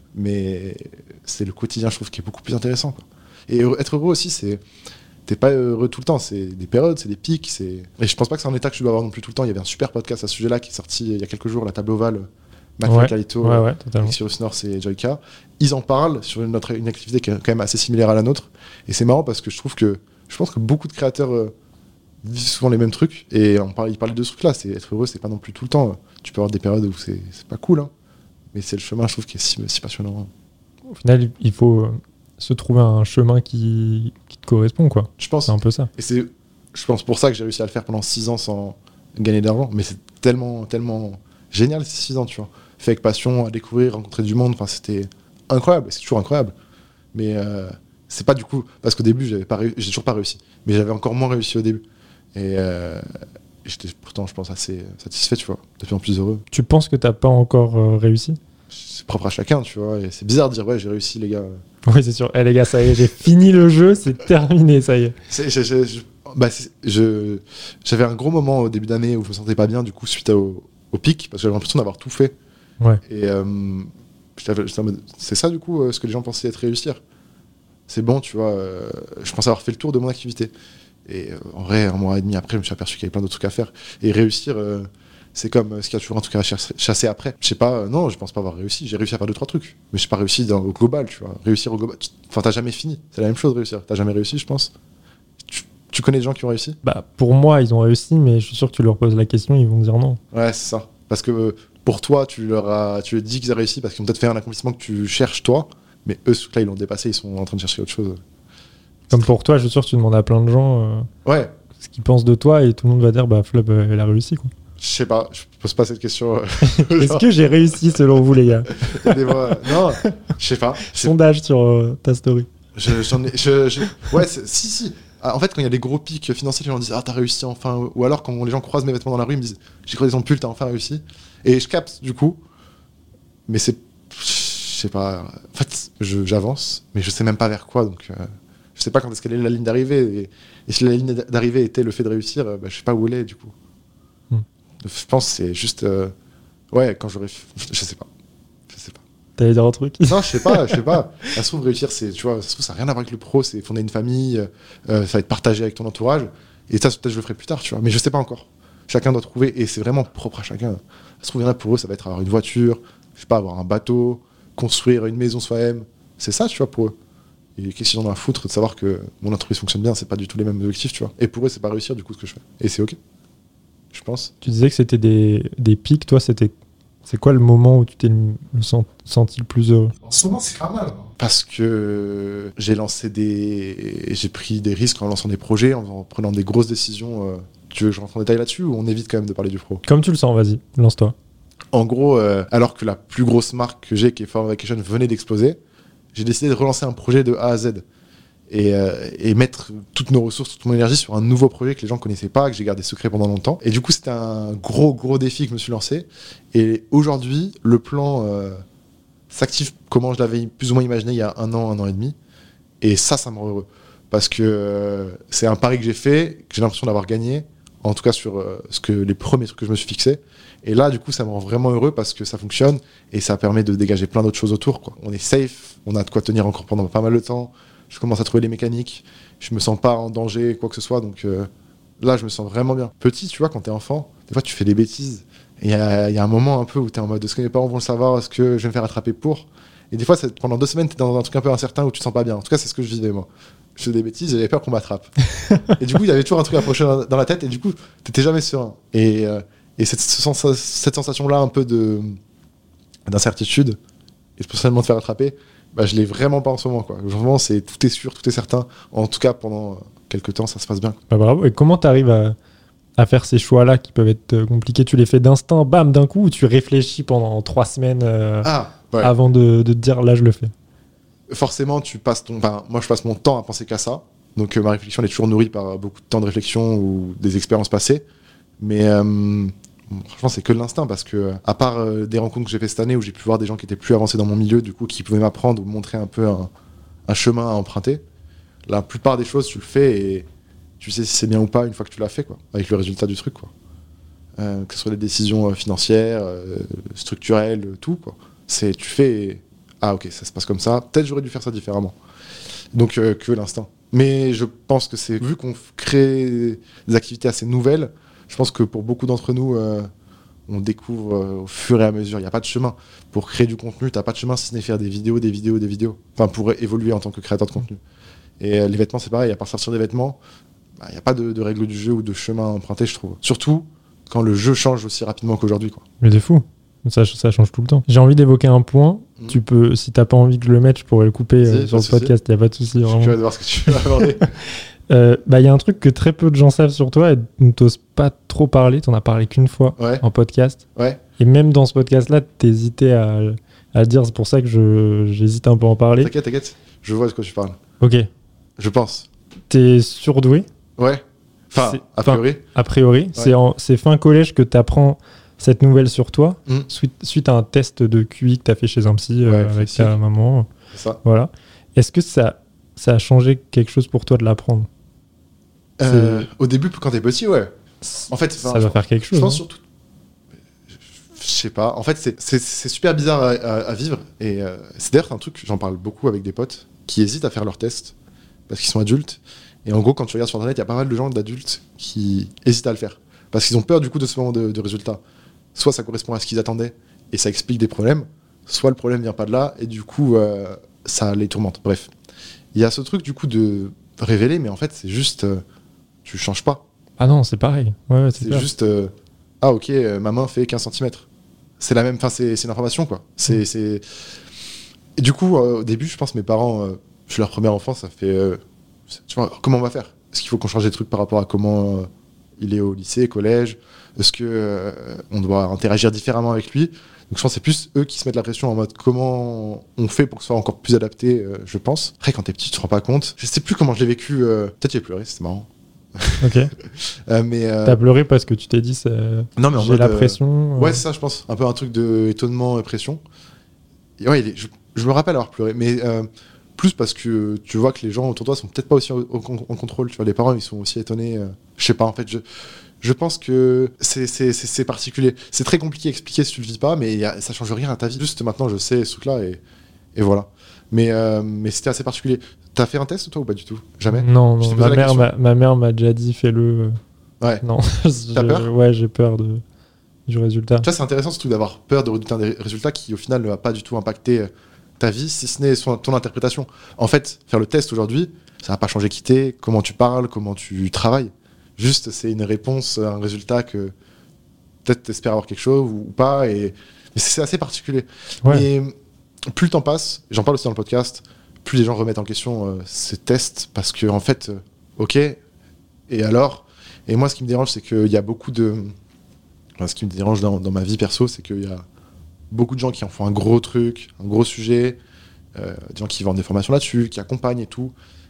Mais c'est le quotidien, je trouve, qui est beaucoup plus intéressant, quoi. Et heureux, être heureux aussi, c'est... T'es pas heureux tout le temps, c'est des périodes, c'est des pics. C'est... Et je pense pas que c'est un état que tu dois avoir non plus tout le temps. Il y avait un super podcast à ce sujet-là qui est sorti il y a quelques jours, La Table Ovale, Mathieu ouais, Calito, ouais, ouais, totalement. Cyrus North et Joyka. Ils en parlent sur une, autre, une activité qui est quand même assez similaire à la nôtre. Et c'est marrant parce que je trouve que... Je pense que beaucoup de créateurs... Euh, vivent souvent les mêmes trucs et on parle, il parlait de ce truc là, c'est être heureux, c'est pas non plus tout le temps, tu peux avoir des périodes où c'est, c'est pas cool, hein. Mais c'est le chemin, je trouve, qui est si, si passionnant. Au final, il faut euh, se trouver un chemin qui, qui te correspond, quoi. Je pense. C'est un peu ça. Et c'est, je pense, pour ça que j'ai réussi à le faire pendant six ans sans gagner d'argent, mais c'est tellement, tellement génial ces six ans, tu vois. Fait avec passion, à découvrir, rencontrer du monde, enfin c'était incroyable, c'est toujours incroyable. Mais euh, c'est pas du coup, parce qu'au début, j'avais pas réu- j'ai toujours pas réussi, mais j'avais encore moins réussi au début. Et euh, j'étais pourtant, je pense, assez satisfait, tu vois, de plus en plus heureux. Tu penses que t'as pas encore euh, réussi ? C'est propre à chacun, tu vois, et c'est bizarre de dire, ouais, j'ai réussi, les gars. Oui, c'est sûr. Eh, les gars, ça y est, j'ai fini le jeu, c'est terminé, ça y est. C'est, je, je, je, bah, c'est, je, j'avais un gros moment au début d'année où je me sentais pas bien, du coup, suite au, au pic, parce que j'avais l'impression d'avoir tout fait. Ouais. Et euh, j'étais, j'étais en mode, c'est ça, du coup, euh, ce que les gens pensaient être réussir. C'est bon, tu vois, euh, je pensais avoir fait le tour de mon activité. Et euh, en vrai, un mois et demi après, je me suis aperçu qu'il y avait plein d'autres trucs à faire. Et réussir, euh, c'est comme euh, ce qu'il y a toujours un truc à chasser, chasser après. Je sais pas, euh, non, je pense pas avoir réussi. J'ai réussi à faire deux, trois trucs. Mais j'ai pas réussi dans, au global, tu vois. Réussir au global. Enfin, t'as jamais fini. C'est la même chose, réussir. T'as jamais réussi, je pense. Tu, tu connais des gens qui ont réussi ? Bah, pour moi, ils ont réussi, mais je suis sûr que tu leur poses la question, ils vont dire non. Ouais, c'est ça. Parce que euh, pour toi, tu leur as, tu leur dis qu'ils ont réussi parce qu'ils ont peut-être fait un accomplissement que tu cherches, toi. Mais eux, ce truc-là, ils l'ont dépassé. Ils sont en train de chercher autre chose. Comme pour toi, je suis sûr que tu demandes à plein de gens euh, ouais. ce qu'ils pensent de toi et tout le monde va dire bah Flub, euh, elle a réussi, quoi. Je sais pas, je pose pas cette question. Est-ce que j'ai réussi selon vous, les gars ? Aidez-moi. Non, je sais pas. Sondage sur euh, ta story. Je, j'en ai, je, je, ouais, c'est, si, si. Ah, en fait, quand il y a des gros pics financiers, les gens disent ah t'as réussi enfin. Ou alors quand les gens croisent mes vêtements dans la rue, ils me disent j'ai creusé ton pull, t'as enfin réussi. Et je capte du coup. Mais c'est, je sais pas. En fait, je, j'avance, mais je sais même pas vers quoi, donc. Euh... Je sais pas quand est-ce qu'elle est la ligne d'arrivée. Et, et si la ligne d'arrivée était le fait de réussir, bah, je sais pas où elle est, du coup. Hmm. Je pense que c'est juste... Euh, ouais, quand j'aurais... Je sais pas. Je sais pas. T'allais dire un truc ? Non, je sais pas, je sais pas. Ça se trouve, réussir, c'est, tu vois, ça se trouve, ça n'a rien à voir avec le pro, c'est fonder une famille, euh, ça va être partagé avec ton entourage. Et ça, peut-être je le ferai plus tard, tu vois. Mais je sais pas encore. Chacun doit trouver, et c'est vraiment propre à chacun. Ça se trouve, il y en a pour eux, ça va être avoir une voiture, je sais pas, avoir un bateau, construire une maison soi-même. C'est ça, tu vois, pour eux. Et qu'est-ce qu'ils en ont à foutre de savoir que mon entreprise fonctionne bien, c'est pas du tout les mêmes objectifs, tu vois. Et pour eux, c'est pas réussir du coup ce que je fais. Et c'est ok, je pense. Tu disais que c'était des, des pics, toi, c'était... C'est quoi le moment où tu t'es le sent, senti le plus heureux ? En ce moment, c'est pas mal. Parce que j'ai lancé des... J'ai pris des risques en lançant des projets, en prenant des grosses décisions. Euh... Tu veux que je rentre en détail là-dessus ou on évite quand même de parler du pro ? Comme tu le sens, vas-y, lance-toi. En gros, euh, alors que la plus grosse marque que j'ai, qui est Forever Vacation, venait d'exploser, j'ai décidé de relancer un projet de A à Z. et, euh, et mettre toutes nos ressources, toute mon énergie sur un nouveau projet que les gens connaissaient pas, que j'ai gardé secret pendant longtemps. Et du coup, c'était un gros, gros défi que je me suis lancé. Et aujourd'hui, le plan euh, s'active comment je l'avais plus ou moins imaginé il y a un an, un an et demi. Et ça, ça me rend heureux. Parce que euh, c'est un pari que j'ai fait, que j'ai l'impression d'avoir gagné, en tout cas sur euh, ce que, les premiers trucs que je me suis fixé. Et là, du coup, ça me rend vraiment heureux parce que ça fonctionne et ça permet de dégager plein d'autres choses autour, quoi. On est safe, on a de quoi tenir encore pendant pas mal de temps. Je commence à trouver les mécaniques, je me sens pas en danger, quoi que ce soit. Donc euh, là, je me sens vraiment bien. Petit, tu vois, quand t'es enfant, des fois, tu fais des bêtises. Et il y, y a un moment un peu où t'es en mode, est-ce que mes parents vont le savoir, est-ce que je vais me faire attraper pour ? Et des fois, pendant deux semaines, t'es dans un truc un peu incertain où tu te sens pas bien. En tout cas, c'est ce que je vivais, moi. Je faisais des bêtises, j'avais peur qu'on m'attrape. Et du coup, il y avait toujours un truc approché dans, dans la tête, et du coup, t'étais jamais serein. Et, euh, et cette, sens- cette sensation-là, un peu de, d'incertitude, et potentiellement de faire attraper, bah, je l'ai vraiment pas en ce moment, quoi. Vraiment, c'est, tout est sûr, tout est certain. En tout cas, pendant quelques temps, ça se passe bien. Bah, bravo. Et comment t'arrives à, à faire ces choix-là qui peuvent être compliqués ? Tu les fais d'instinct, bam, d'un coup, ou tu réfléchis pendant trois semaines euh, Ah, ouais. avant de, de te dire, là, je le fais ? Forcément, tu passes ton, enfin, moi, je passe mon temps à penser qu'à ça. Donc, euh, ma réflexion, elle est toujours nourrie par beaucoup de temps de réflexion ou des expériences passées. Mais euh, franchement, c'est que de l'instinct parce que, à part euh, des rencontres que j'ai fait cette année où j'ai pu voir des gens qui étaient plus avancés dans mon milieu, du coup, qui pouvaient m'apprendre ou me montrer un peu un, un chemin à emprunter, la plupart des choses, tu le fais et tu sais si c'est bien ou pas une fois que tu l'as fait, quoi, avec le résultat du truc, quoi. Euh, que ce soit des décisions financières, euh, structurelles, tout, quoi. C'est, tu fais et, ah ok, ça se passe comme ça, peut-être j'aurais dû faire ça différemment. Donc euh, que l'instinct. Mais je pense que c'est, vu qu'on f- crée des activités assez nouvelles, je pense que pour beaucoup d'entre nous, euh, on découvre euh, au fur et à mesure, il n'y a pas de chemin. Pour créer du contenu, tu n'as pas de chemin si ce n'est faire des vidéos, des vidéos, des vidéos. Enfin, pour évoluer en tant que créateur de contenu. Et euh, les vêtements, c'est pareil, à part sortir des vêtements, il bah, n'y a pas de, de règles du jeu ou de chemin à emprunter, je trouve. Surtout quand le jeu change aussi rapidement qu'aujourd'hui, quoi. Mais c'est fou. Ça, ça change tout le temps. J'ai envie d'évoquer un point. Mmh. Tu peux, si t'as pas envie que je le mette, je pourrais le couper si, euh, sur le souci. podcast. Il n'y a pas de souci. Je suis curieux de voir ce que tu vas aborder. euh, bah, y a un truc que très peu de gens savent sur toi et dont t'oses pas trop parler. T'en as parlé qu'une fois ouais. en podcast. Ouais. Et même dans ce podcast-là, t'hésitais à, à le dire. C'est pour ça que je, j'hésite un peu à en parler. T'inquiète, t'inquiète. Je vois de quoi tu parles. Ok. Je pense. T'es surdoué. Ouais. Enfin, c'est, a priori. Fin, a priori. Ouais. C'est, en, c'est fin collège que t'apprends cette nouvelle sur toi, mm. suite, suite à un test de Q I que tu as fait chez un psy euh, ouais, avec ta maman. C'est ça. Voilà. Est-ce que ça, ça a changé quelque chose pour toi de l'apprendre ? euh, Au début, quand t'es petit, ouais. En fait, ça va faire quelque chose. Je pense hein. surtout. Je sais pas. En fait, c'est, c'est, c'est super bizarre à, à, à vivre. Et euh, c'est d'ailleurs un truc, j'en parle beaucoup avec des potes qui hésitent à faire leur test parce qu'ils sont adultes. Et en gros, quand tu regardes sur Internet, il y a pas mal de gens d'adultes qui hésitent à le faire parce qu'ils ont peur du coup de ce moment de, de résultat. Soit ça correspond à ce qu'ils attendaient et ça explique des problèmes, soit le problème vient pas de là et du coup euh, ça les tourmente. Bref, il y a ce truc du coup de révéler, mais en fait c'est juste euh, tu changes pas. Ah non, c'est pareil. Ouais, ouais, c'est c'est juste euh, ah ok, euh, ma main fait quinze centimètres. C'est la même, enfin c'est, c'est une information quoi. C'est, mmh. c'est... Et du coup euh, au début je pense mes parents, euh, je suis leur premier enfant, ça fait euh, tu vois, comment on va faire ? Est-ce qu'il faut qu'on change des trucs par rapport à comment euh, il est au lycée, collège ? Est-ce qu'on euh, doit interagir différemment avec lui ? Donc je pense que c'est plus eux qui se mettent la pression en mode comment on fait pour que ce soit encore plus adapté, euh, je pense. Après, quand t'es petit, tu te rends pas compte. Je sais plus comment je l'ai vécu. Euh... Peut-être j'ai pleuré, c'était marrant. Ok. euh, mais euh... T'as pleuré parce que tu t'es dit ça... non, mais en j'ai mode, la pression. Euh... Ouais, c'est ça, je pense. Un peu un truc d'étonnement et pression. Et ouais, il est... je... je me rappelle avoir pleuré. Mais euh, plus parce que tu vois que les gens autour de toi sont peut-être pas aussi en, en, en contrôle. Tu vois, les parents, ils sont aussi étonnés. Euh... Je sais pas, en fait, je... Je pense que c'est, c'est, c'est, c'est particulier. C'est très compliqué à expliquer si tu le vis pas, mais y a, ça change rien à ta vie. Juste maintenant, je sais ce truc-là et, et voilà. Mais, euh, mais c'était assez particulier. T'as fait un test, toi, ou pas du tout ? Jamais ? Non, non. Ma mère, ma, ma mère m'a déjà dit, fais-le. Ouais. Non. T'as peur ? Ouais, j'ai peur de, du résultat. Tu vois, c'est intéressant ce truc d'avoir peur de résultats, des résultats qui, au final, ne va pas du tout impacter ta vie, si ce n'est son, ton interprétation. En fait, faire le test aujourd'hui, ça va pas changer qui t'es, comment tu parles, comment tu travailles. Juste, c'est une réponse, un résultat que peut-être t'espères avoir quelque chose ou pas. Et... Mais c'est assez particulier. Ouais. Mais plus le temps passe, j'en parle aussi dans le podcast, plus les gens remettent en question euh, ces tests parce que, en fait, euh, ok, et alors ? Et moi, ce qui me dérange, c'est qu'il y a beaucoup de. Enfin, ce qui me dérange dans, dans ma vie perso, c'est qu'il y a beaucoup de gens qui en font un gros truc, un gros sujet, euh, des gens qui vendent des formations là-dessus, qui accompagnent et tout.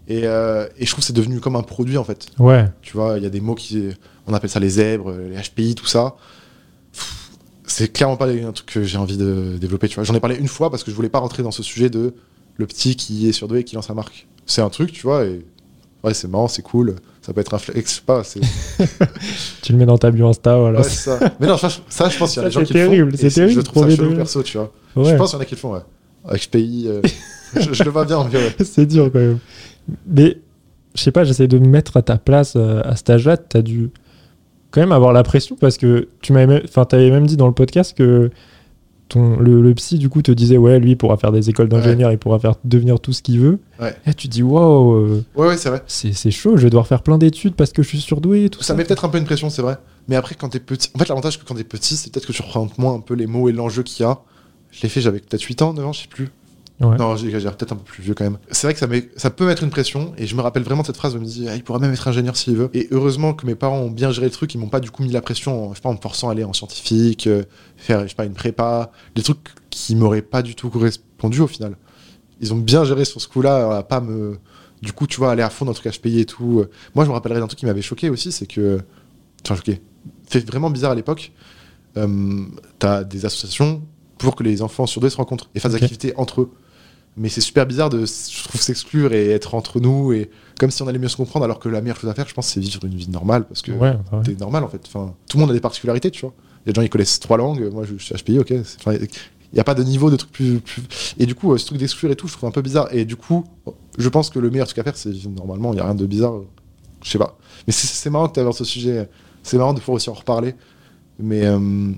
Et, euh, et je trouve que c'est devenu comme un produit, en fait. Ouais. Tu vois, il y a des mots qui... On appelle ça les zèbres, les H P I, tout ça. Pff, c'est clairement pas un truc que j'ai envie de développer, tu vois. J'en ai parlé une fois parce que je voulais pas rentrer dans ce sujet de le petit qui est surdoué et qui lance sa marque. C'est un truc, tu vois, et... Ouais, c'est marrant, c'est cool. Ça peut être un flex, je sais pas. C'est... Tu le mets dans ta bio Insta, voilà. Ouais, c'est ça. Mais non, ça, ça je pense qu'il y a des gens qui terrible, le font. C'est terrible, je c'est trouve ça chelou de... perso, tu vois. Ouais. Je pense qu'il y en a qui le font, ouais. Avec H P I, euh, je, je le vois bien, en vrai. C'est dur quand même. Mais, je sais pas, j'essaie de me mettre à ta place euh, à cet âge-là. T'as dû quand même avoir la pression parce que tu m'avais, enfin, t'avais même dit dans le podcast que ton, le, le psy, du coup, te disait, ouais, lui, il pourra faire des écoles d'ingénieur, ouais. Il pourra faire devenir tout ce qu'il veut. Ouais. Et là, tu te dis, waouh, euh, ouais, ouais, c'est vrai. C'est, c'est chaud, je vais devoir faire plein d'études parce que je suis surdoué et tout ça. Ça met peut-être un peu une pression, c'est vrai. Mais après, quand t'es petit. En fait, l'avantage que quand t'es petit, c'est peut-être que tu représentes moins un peu les mots et l'enjeu qu'il y a. Je l'ai fait, j'avais peut-être huit ans, neuf ans, je sais plus. Ouais. Non, j'exagère, peut-être un peu plus vieux quand même. C'est vrai que ça, met... ça peut mettre une pression, et je me rappelle vraiment de cette phrase où je me dis, ah, il pourra même être ingénieur s'il veut. Et heureusement que mes parents ont bien géré le truc, ils m'ont pas du coup mis la pression, en, je sais pas, en me forçant à aller en scientifique, euh, faire, je sais pas, une prépa, des trucs qui m'auraient pas du tout correspondu au final. Ils ont bien géré sur ce coup-là, à pas me. Du coup, tu vois, aller à fond dans le truc H P I et tout. Moi, je me rappellerai d'un truc qui m'avait choqué aussi, c'est que. Enfin, choqué. C'est vraiment bizarre à l'époque. Euh, t'as des associations pour que les enfants surdoués se rencontrent et fassent okay. des activités entre eux. Mais c'est super bizarre de, je trouve, s'exclure et être entre nous, et comme si on allait mieux se comprendre, alors que la meilleure chose à faire, je pense, c'est vivre une vie normale, parce que ouais, bah ouais. t'es normal, en fait. Enfin, tout le monde a des particularités, tu vois. Il y a des gens qui connaissent trois langues, moi, je, je suis H P I, ok. Enfin, il n'y a pas de niveau de truc plus, plus... Et du coup, ce truc d'exclure et tout, je trouve un peu bizarre. Et du coup, je pense que le meilleur truc à faire, c'est vivre normalement, il n'y a rien de bizarre. Je sais pas. Mais c'est, c'est marrant que tu aies ce sujet. C'est marrant de pouvoir aussi en reparler. Mais euh,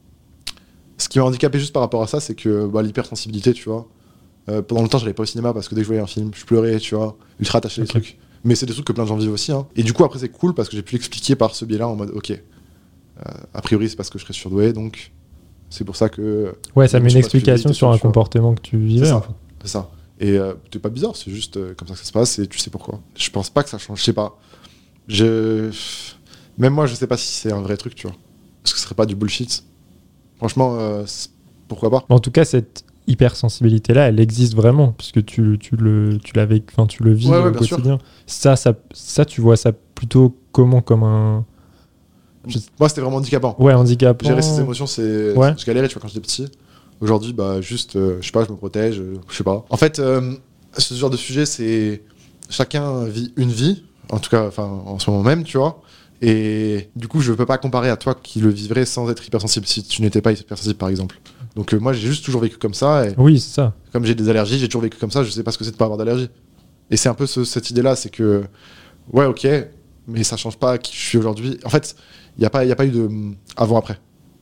ce qui m'a handicapé juste par rapport à ça, c'est que bah, l'hypersensibilité, tu vois. Euh, pendant longtemps, j'allais pas au cinéma parce que dès que je voyais un film, je pleurais, tu vois, ultra attaché okay. les trucs. Mais c'est des trucs que plein de gens vivent aussi. Hein. Et du coup, après, c'est cool parce que j'ai pu l'expliquer par ce biais-là en mode, ok, euh, a priori, c'est parce que je serais surdoué, donc c'est pour ça que. Ouais, ça met une explication sur un comportement que tu vivais. C'est ça. En fait. C'est ça. Et euh, t'es pas bizarre, c'est juste euh, comme ça que ça se passe et tu sais pourquoi. Je pense pas que ça change, je sais pas. Je... Même moi, je sais pas si c'est un vrai truc, tu vois. Parce que ce serait pas du bullshit. Franchement, euh, pourquoi pas. En tout cas, cette hypersensibilité-là, elle existe vraiment, puisque tu, tu, le, tu, l'avais, tu le vis ouais, ouais, au quotidien. Ça, ça, ça, tu vois ça plutôt comment, comme un... Je... Moi, c'était vraiment handicapant. Ouais, handicapant. Gérer ses émotions, c'est... Ouais. Je galérais, tu vois, quand j'étais petit. Aujourd'hui, bah, juste, euh, je sais pas, je me protège, euh, je sais pas. En fait, euh, ce genre de sujet, c'est... Chacun vit une vie, en tout cas, enfin, en ce moment même, tu vois. Et du coup, je peux pas comparer à toi qui le vivrais sans être hypersensible, si tu n'étais pas hypersensible, par exemple. Donc euh, moi, j'ai juste toujours vécu comme ça. Et oui, c'est ça. Comme j'ai des allergies, j'ai toujours vécu comme ça, je sais pas ce que c'est de pas avoir d'allergie. Et c'est un peu ce, cette idée-là, c'est que, ouais, ok, mais ça change pas qui je suis aujourd'hui. En fait, il n'y a, a pas eu de avant-après.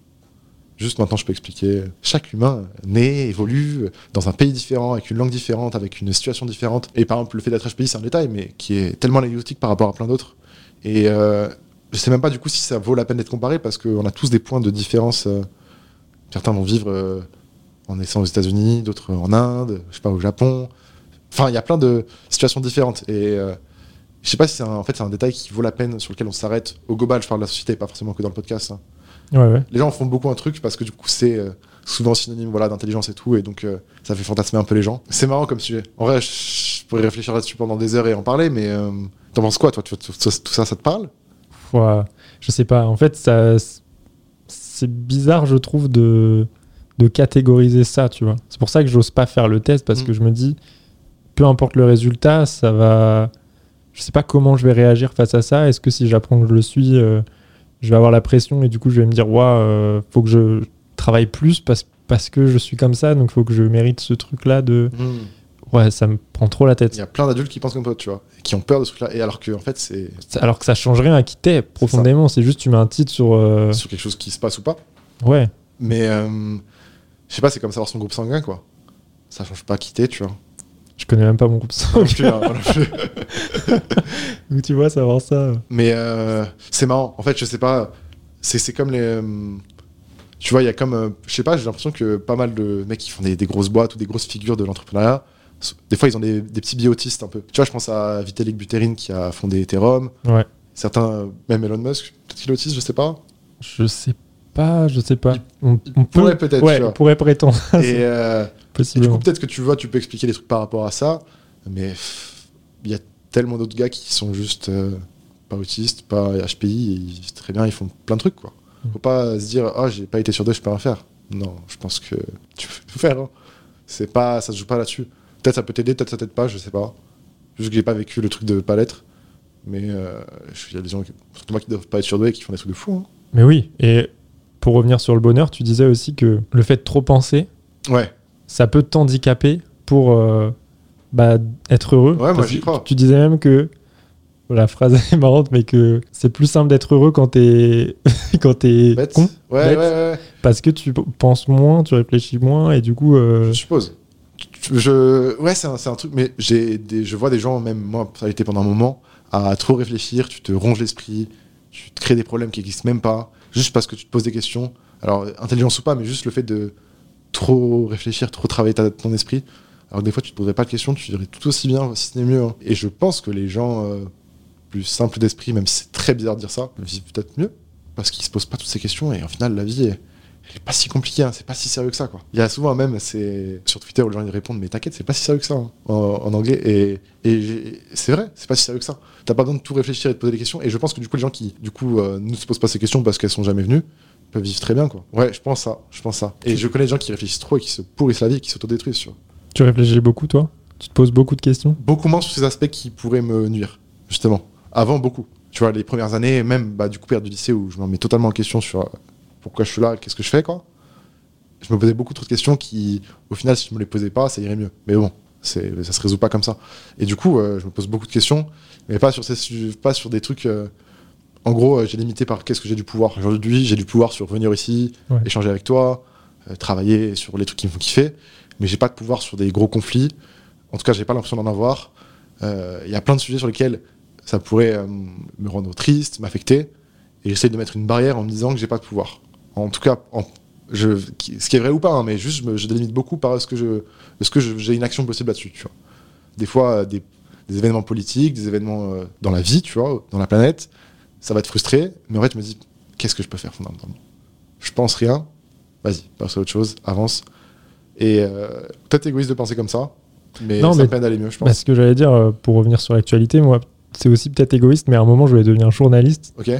Juste maintenant, je peux expliquer. Chaque humain naît, évolue dans un pays différent, avec une langue différente, avec une situation différente. Et par exemple, le fait d'être H P I, c'est un détail, mais qui est tellement anecdotique par rapport à plein d'autres. Et euh, je sais même pas du coup si ça vaut la peine d'être comparé, parce qu'on a tous des points de différence. Euh, certains vont vivre euh, en naissant aux États-Unis, d'autres en Inde, je sais pas, au Japon. Enfin, il y a plein de situations différentes. Et euh, je sais pas si c'est un, en fait, c'est un détail qui vaut la peine, sur lequel on s'arrête. Au global, je parle de la société, pas forcément que dans le podcast. Hein. Ouais, ouais. Les gens font beaucoup un truc parce que du coup, c'est euh, souvent synonyme voilà, d'intelligence et tout. Et donc, euh, ça fait fantasmer un peu les gens. C'est marrant comme sujet. En vrai, je, je pourrais réfléchir là-dessus pendant des heures et en parler, mais euh, t'en penses quoi, toi? Tout ça, tout ça, ça te parle? Ouais, je sais pas. En fait, ça, c'est bizarre, je trouve, de, de catégoriser ça, tu vois. C'est pour ça que j'ose pas faire le test, parce mmh. que je me dis, peu importe le résultat, ça va... Je sais pas comment je vais réagir face à ça. Est-ce que si j'apprends que je le suis, euh, je vais avoir la pression et du coup, je vais me dire, ouais, euh, faut que je travaille plus parce, parce que je suis comme ça, donc faut que je mérite ce truc-là de... Mmh. Ouais, ça me prend trop la tête. Il y a plein d'adultes qui pensent comme toi, tu vois, qui ont peur de ce truc-là. Et alors que, en fait, c'est. Alors que ça change rien à qui t'es, profondément. C'est, c'est juste, tu mets un titre sur. Euh... Sur quelque chose qui se passe ou pas. Ouais. Mais, euh, je sais pas, c'est comme savoir son groupe sanguin, quoi. Ça change pas qui t'es, tu vois. Je connais même pas mon groupe sanguin. Donc, tu vois, savoir ça. Mais, euh, c'est marrant. En fait, je sais pas. C'est, c'est comme les. Euh, tu vois, il y a comme. Euh, je sais pas, j'ai l'impression que pas mal de mecs qui font des, des grosses boîtes ou des grosses figures de l'entrepreneuriat. Des fois, ils ont des, des petits biais autistes un peu. Tu vois, je pense à Vitalik Buterin qui a fondé Ethereum. Ouais. Certains, même Elon Musk, peut-être qu'il est autiste, je sais pas. Je sais pas, je sais pas. Il, on, on peut, pourrait peut-être. Ouais, on pourrait prétendre. Et, euh, et du coup, peut-être que tu vois, tu peux expliquer des trucs par rapport à ça, mais il y a tellement d'autres gars qui sont juste euh, pas autistes, pas H P I, et ils, très bien, ils font plein de trucs, quoi. Faut pas se dire, ah, oh, j'ai pas été sur deux, je peux rien faire. Non, je pense que tu peux faire. Hein. C'est pas, ça se joue pas là-dessus. Peut-être ça peut t'aider, peut-être ça t'aide pas, je sais pas. Juste que j'ai pas vécu le truc de pas l'être. Mais il euh, y a des gens, qui, surtout moi, qui doivent pas être surdoués et qui font des trucs de fou. Hein. Mais oui, et pour revenir sur le bonheur, tu disais aussi que le fait de trop penser, ouais. ça peut t'handicaper pour euh, bah, être heureux. Ouais, moi j'y crois. Tu disais même que, la phrase est marrante, mais que c'est plus simple d'être heureux quand t'es, quand t'es bête. con. Ouais, bête, ouais, ouais. Parce que tu penses moins, tu réfléchis moins, et du coup... Euh... Je suppose. Je... Ouais, c'est un, c'est un truc, mais j'ai des... je vois des gens, même moi, ça a été pendant un moment, à trop réfléchir, tu te ronges l'esprit, tu te crées des problèmes qui n'existent même pas, juste parce que tu te poses des questions. Alors, intelligence ou pas, mais juste le fait de trop réfléchir, trop travailler ta, ton esprit. Alors que des fois, tu te poserais pas de questions, tu dirais tout aussi bien, si ce n'est mieux. Hein. Et je pense que les gens euh, plus simples d'esprit, même si c'est très bizarre de dire ça, vivent peut-être mieux, parce qu'ils se posent pas toutes ces questions, et au final, la vie est... Elle est pas si compliquée, hein, c'est pas si sérieux que ça, quoi. Il y a souvent un même, c'est sur Twitter où les gens ils répondent, mais t'inquiète, c'est pas si sérieux que ça, hein, en, en anglais. Et, et c'est vrai, c'est pas si sérieux que ça. T'as pas besoin de tout réfléchir et de poser des questions. Et je pense que du coup, les gens qui, du coup, euh, ne se posent pas ces questions parce qu'elles sont jamais venues, peuvent vivre très bien, quoi. Ouais, je pense ça, je pense ça. Et je connais des gens qui réfléchissent trop et qui se pourrissent la vie, et qui s'autodétruisent, tu vois. Tu réfléchis beaucoup, toi ? Tu te poses beaucoup de questions ? Beaucoup moins sur ces aspects qui pourraient me nuire, justement. Avant, beaucoup. Tu vois, les premières années, même, bah, du coup, période du lycée où je me remets totalement en question sur euh, pourquoi je suis là, qu'est-ce que je fais, quoi. Je me posais beaucoup trop de questions qui, au final, si je me les posais pas, ça irait mieux. Mais bon, c'est, ça se résout pas comme ça. Et du coup, euh, je me pose beaucoup de questions, mais pas sur, ces, pas sur des trucs... Euh, en gros, euh, j'ai limité par qu'est-ce que j'ai du pouvoir. Aujourd'hui, j'ai du pouvoir sur venir ici, ouais. échanger avec toi, euh, travailler sur les trucs qui me font kiffer, mais j'ai pas de pouvoir sur des gros conflits. En tout cas, j'ai pas l'impression d'en avoir. Il euh, y a plein de sujets sur lesquels ça pourrait euh, me rendre triste, m'affecter, et j'essaye de mettre une barrière en me disant que j'ai pas de pouvoir. En tout cas... En, Je, ce qui est vrai ou pas, hein, mais juste je, me, je délimite beaucoup par ce que, je, ce que je, j'ai une action possible là-dessus. Tu vois. Des fois, euh, des, des événements politiques, des événements euh, dans la vie, tu vois, dans la planète, ça va te frustrer, mais en fait, je me dis, qu'est-ce que je peux faire fondamentalement ? Je pense rien, vas-y, passe à autre chose, avance. Et euh, peut-être égoïste de penser comme ça, mais non, ça mais me peine d'aller mieux, je pense. Bah, ce que j'allais dire, pour revenir sur l'actualité, moi, c'est aussi peut-être égoïste, mais à un moment, je voulais devenir journaliste. Ok.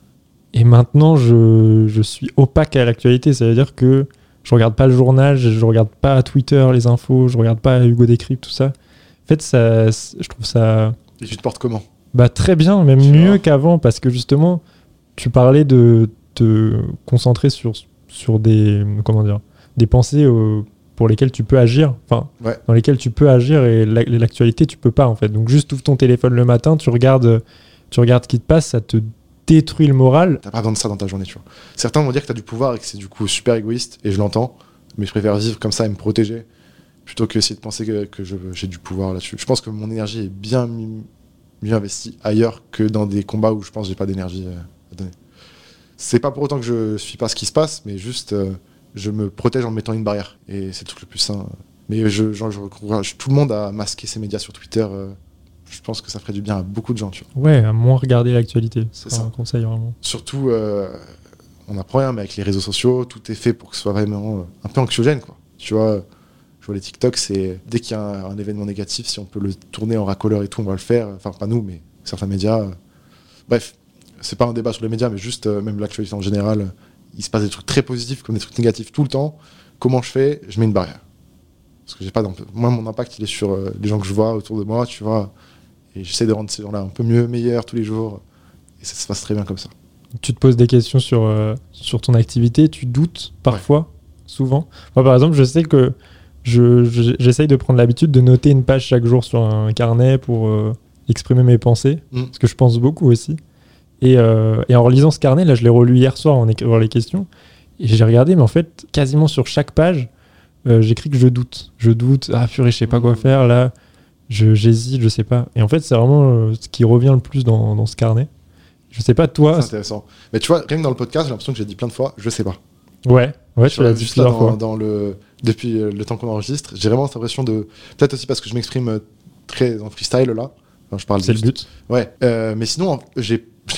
Et maintenant, je, je suis opaque à l'actualité. Ça veut dire que je regarde pas le journal, je, je regarde pas Twitter, les infos, je regarde pas Hugo Décrypte, tout ça. En fait, ça, je trouve ça... Et tu te portes comment ? Bah, très bien, même tu mieux vois. qu'avant, parce que justement, tu parlais de te concentrer sur, sur des, comment dire, des pensées euh, pour lesquelles tu peux agir, enfin, ouais. dans lesquelles tu peux agir, et la, l'actualité, tu peux pas, en fait. Donc, juste ouvre ton téléphone le matin, tu regardes, tu regardes ce qui te passe, ça te détruit le moral. T'as pas besoin de ça dans ta journée, tu vois. Certains vont dire que t'as du pouvoir et que c'est du coup super égoïste, et je l'entends, mais je préfère vivre comme ça et me protéger, plutôt que essayer de penser que, que je, j'ai du pouvoir là-dessus. Je pense que mon énergie est bien mieux investie ailleurs que dans des combats où je pense que j'ai pas d'énergie à donner. C'est pas pour autant que je suis pas ce qui se passe, mais juste euh, je me protège en me mettant une barrière, et c'est le truc le plus sain. Mais je, je, je encourage tout le monde à masquer ses médias sur Twitter. Euh, Je pense que ça ferait du bien à beaucoup de gens, tu vois. Ouais, à moins regarder l'actualité. C'est, c'est ça. Un conseil, vraiment. Surtout, euh, on n'apprend rien, mais avec les réseaux sociaux, tout est fait pour que ce soit vraiment euh, un peu anxiogène, quoi. Tu vois, je vois les TikTok, c'est dès qu'il y a un, un événement négatif, si on peut le tourner en racoleur et tout, on va le faire. Enfin, pas nous, mais certains médias. Euh... Bref, c'est pas un débat sur les médias, mais juste, euh, même l'actualité en général, euh, il se passe des trucs très positifs comme des trucs négatifs tout le temps. Comment je fais ? Je mets une barrière. Parce que j'ai pas d'impact. Moi, mon impact, il est sur euh, les gens que je vois autour de moi, tu vois. Et j'essaie de rendre ces gens-là un peu mieux, meilleurs tous les jours. Et ça se passe très bien comme ça. Tu te poses des questions sur, euh, sur ton activité, tu doutes parfois, ouais. souvent. Moi, par exemple, je sais que je, je, j'essaye de prendre l'habitude de noter une page chaque jour sur un carnet pour euh, exprimer mes pensées, mmh. parce que je pense beaucoup aussi. Et, euh, et en relisant ce carnet, là, je l'ai relu hier soir en écrivant les questions. Et j'ai regardé, mais en fait, quasiment sur chaque page, euh, j'écris que je doute. Je doute, ah purée, je sais pas mmh. quoi faire, là... Je, j'hésite, je sais pas. Et en fait, c'est vraiment euh, ce qui revient le plus dans, dans ce carnet. Je sais pas, toi... C'est intéressant. Mais tu vois, rien que dans le podcast, j'ai l'impression que j'ai dit plein de fois, je sais pas. Ouais, ouais, tu l'as dit plusieurs fois. Dans, dans le, depuis le temps qu'on enregistre, j'ai vraiment cette impression de... Peut-être aussi parce que je m'exprime très en freestyle, là. Enfin, je parle c'est juste. le but. Ouais. Euh, mais sinon, j'ai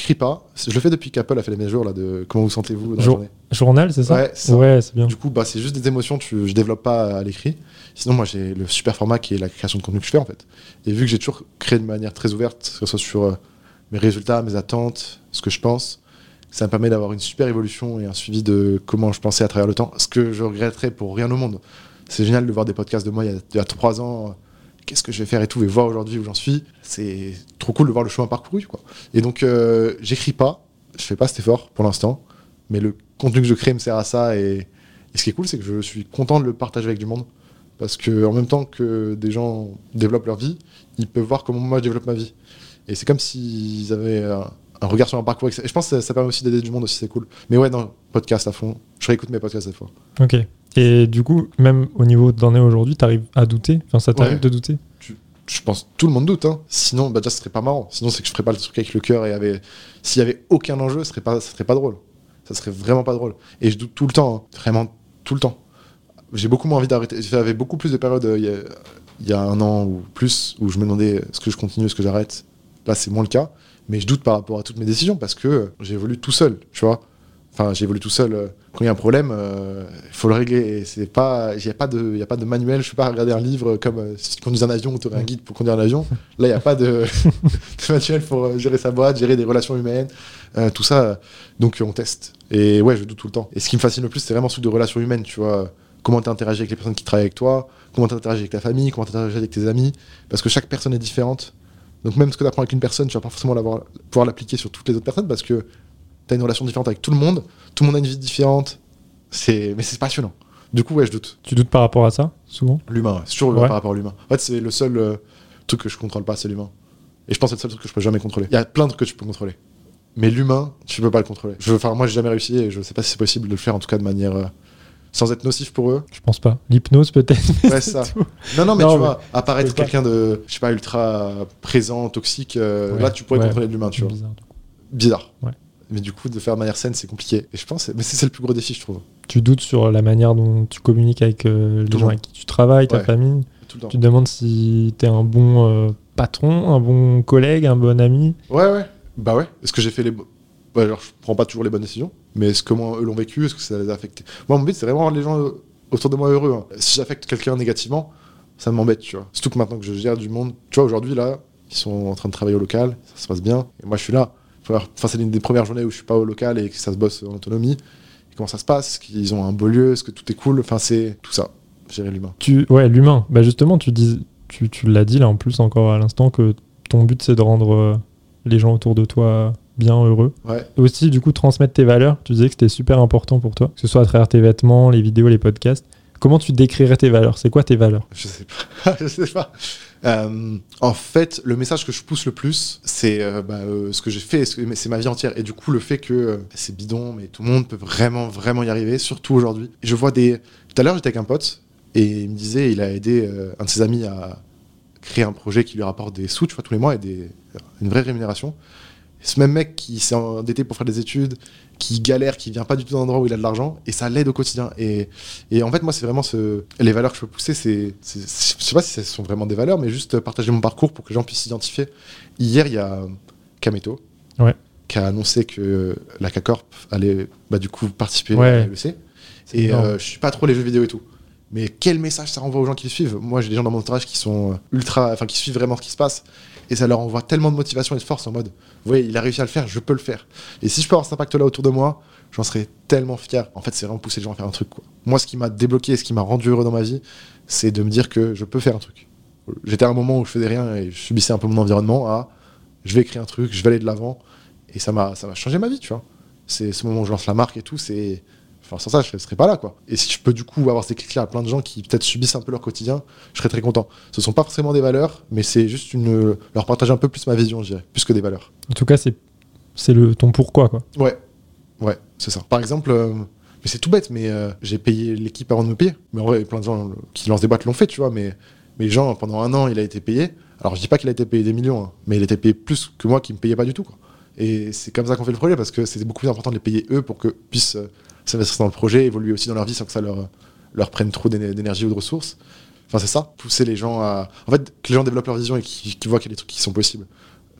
j'écris pas. Je le fais depuis qu'Apple a fait les mises à jour là, de comment vous sentez-vous dans Jour- la journée. Journal, c'est ça? Ouais, c'est ça. Ouais, c'est bien. Du coup, bah, c'est juste des émotions, tu, je développe pas à l'écrit. Sinon, moi, j'ai le super format qui est la création de contenu que je fais, en fait. Et vu que j'ai toujours créé de manière très ouverte, que ce soit sur euh, mes résultats, mes attentes, ce que je pense, ça me permet d'avoir une super évolution et un suivi de comment je pensais à travers le temps. Ce que je regretterais pour rien au monde. C'est génial de voir des podcasts de moi il y a, il y a trois ans, euh, qu'est-ce que je vais faire et tout, et voir aujourd'hui où j'en suis. C'est trop cool de voir le chemin parcouru, quoi. Et donc, euh, j'écris pas, je fais pas cet effort pour l'instant, mais le contenu que je crée me sert à ça. Et, et ce qui est cool, c'est que je suis content de le partager avec du monde. Parce qu'en même temps que des gens développent leur vie, ils peuvent voir comment moi je développe ma vie. Et c'est comme s'ils avaient un, un regard sur un parcours. Et je pense que ça, ça permet aussi d'aider du monde aussi, c'est cool. Mais ouais, non, podcast à fond. Je réécoute mes podcasts cette fois. Ok. Et du coup, même au niveau d'en est aujourd'hui, t'arrives à douter? Enfin, ça t'arrive Ouais. de douter? Tu- je pense que tout le monde doute. Hein. Sinon, bah, déjà, ce serait pas marrant. Sinon, c'est que je ferais pas le truc avec le cœur. Et avec... s'il y avait aucun enjeu, ce serait pas, ce serait pas drôle. Ça serait vraiment pas drôle. Et je doute tout le temps. Hein. Vraiment tout le temps. J'ai beaucoup moins envie d'arrêter. J'avais beaucoup plus de périodes euh, il y a, il y a un an ou plus où je me demandais est-ce que je continue, est-ce que j'arrête. Là, c'est moins le cas. Mais je doute par rapport à toutes mes décisions parce que euh, j'évolue tout seul, tu vois. Enfin, j'évolue tout seul. euh, Quand il y a un problème, il euh, faut le régler. Et c'est pas, il n'y a pas de, il y a pas de manuel. Je ne peux pas regarder un livre comme euh, si tu conduis un avion, tu aurais un guide pour conduire un avion. Là, il n'y a pas de, de manuel pour euh, gérer sa boîte, gérer des relations humaines, euh, tout ça. euh, Donc, on teste. Et ouais, je doute tout le temps. Et ce qui me fascine le plus, c'est vraiment ce truc de relations humaines, tu vois. Comment tu interagis avec les personnes qui travaillent avec toi, comment tu interagis avec ta famille, comment tu interagis avec tes amis. Parce que chaque personne est différente. Donc, même ce que tu apprends avec une personne, tu vas pas forcément l'avoir, pouvoir l'appliquer sur toutes les autres personnes parce que tu as une relation différente avec tout le monde. Tout le monde a une vie différente. C'est... Mais c'est passionnant. Du coup, ouais, je doute. Tu doutes par rapport à ça, souvent? L'humain, ouais. C'est toujours l'humain Ouais. par rapport à l'humain. En fait, c'est le seul euh, truc que je contrôle pas, c'est l'humain. Et je pense que c'est le seul truc que je peux jamais contrôler. Il y a plein de trucs que tu peux contrôler. Mais l'humain, tu peux pas le contrôler. Je, enfin, moi, j'ai jamais réussi et je sais pas si c'est possible de le faire, en tout cas de manière... euh, sans être nocif pour eux. Je pense pas. L'hypnose, peut-être. mais Ouais, c'est ça. tout. Non, non, mais Non, tu mais vois, apparaître je peux pas. quelqu'un de, je sais pas, ultra présent, toxique, euh, Ouais, là, tu pourrais ouais. contrôler l'humain, tu vois. Bizarre, du coup. Bizarre. Ouais. Mais du coup, de faire de manière saine, c'est compliqué. Et je pense, mais c'est, c'est le plus gros défi, je trouve. Tu doutes sur la manière dont tu communiques avec euh, les Tout le gens monde. avec qui tu travailles, ta Ouais. famille. Tout le temps. Tu te demandes si t'es un bon euh, patron, un bon collègue, un bon ami. Ouais, ouais. Bah ouais. Est-ce que j'ai fait les... bo- Ouais, alors, je prends pas toujours les bonnes décisions, mais est-ce que moi, eux l'ont vécu? Est-ce que ça les a affectés? Moi, mon but, c'est vraiment rendre les gens euh, autour de moi heureux. Hein. Si j'affecte quelqu'un négativement, ça m'embête, tu vois. Surtout que maintenant que je gère du monde, tu vois, aujourd'hui, là, ils sont en train de travailler au local, ça se passe bien, et moi, je suis là. Enfin, c'est l'une des premières journées où je suis pas au local et que ça se bosse en autonomie. Et comment ça se passe? Est-ce qu'ils ont un beau lieu? Est-ce que tout est cool? Enfin, c'est tout ça, gérer l'humain. Tu... Ouais, l'humain. Bah justement, tu, dis... tu, tu l'as dit là en plus encore à l'instant que ton but c'est de rendre euh, les gens autour de toi bien heureux. Ouais. Et aussi, du coup, transmettre tes valeurs. Tu disais que c'était super important pour toi, que ce soit à travers tes vêtements, les vidéos, les podcasts. Comment tu décrirais tes valeurs? C'est quoi tes valeurs? Je sais pas. je sais pas. Euh, en fait, le message que je pousse le plus, c'est euh, bah, euh, ce que j'ai fait, ce que- mais c'est ma vie entière. Et du coup, le fait que euh, c'est bidon, mais tout le monde peut vraiment, vraiment y arriver, surtout aujourd'hui. Je vois des. Tout à l'heure, j'étais avec un pote et il me disait, il a aidé euh, un de ses amis à créer un projet qui lui rapporte des sous, tu vois, tous les mois et des... une vraie rémunération. Et ce même mec qui s'est endetté pour faire des études, qui galère, qui vient pas du tout d'un endroit où il a de l'argent, et ça l'aide au quotidien. Et, et en fait, moi, c'est vraiment ce... les valeurs que je peux pousser, c'est, c'est, c'est- je sais pas si ce sont vraiment des valeurs, mais juste partager mon parcours pour que les gens puissent s'identifier. Hier, il y a Kameto, Ouais. qui a annoncé que la K-Corp allait, bah, du coup, participer Ouais. à l'E C. C'est Et énorme. euh, je suis pas trop les jeux vidéo et tout. Mais quel message ça renvoie aux gens qui le suivent? Moi, j'ai des gens dans mon entourage qui sont euh, ultra, enfin, qui suivent vraiment ce qui se passe. Et ça leur envoie tellement de motivation et de force en mode, vous voyez, il a réussi à le faire, je peux le faire. Et si je peux avoir cet impact-là autour de moi, j'en serais tellement fier. En fait, c'est vraiment pousser les gens à faire un truc, quoi. Moi, ce qui m'a débloqué et ce qui m'a rendu heureux dans ma vie, c'est de me dire que je peux faire un truc. J'étais à un moment où je faisais rien et je subissais un peu mon environnement à, je vais créer un truc, je vais aller de l'avant. Et ça m'a, ça m'a changé ma vie, tu vois. C'est ce moment où je lance la marque et tout, c'est... Enfin, sans ça, je ne serais pas là, quoi. Et si je peux, du coup, avoir ces clics-là à plein de gens qui, peut-être, subissent un peu leur quotidien, je serais très content. Ce sont pas forcément des valeurs, mais c'est juste une... leur partager un peu plus ma vision, je dirais, plus que des valeurs. En tout cas, c'est, c'est le, ton pourquoi, quoi. Ouais. Ouais, c'est ça. Par exemple, euh, mais c'est tout bête, mais euh, j'ai payé l'équipe avant de me payer. Mais en vrai, plein de gens qui lancent des boîtes l'ont fait, tu vois, mais, mais gens, pendant un an, il a été payé. Alors, je dis pas qu'il a été payé des millions, hein, mais il a été payé plus que moi qui me payais pas du tout, quoi. Et c'est comme ça qu'on fait le projet, parce que c'est beaucoup plus important de les payer eux pour qu'ils puissent euh, s'investir dans le projet, évoluer aussi dans leur vie sans que ça leur, leur prenne trop d'éner- d'énergie ou de ressources. Enfin, c'est ça, pousser les gens à... En fait, que les gens développent leur vision et qu'ils qu'ils voient qu'il y a des trucs qui sont possibles.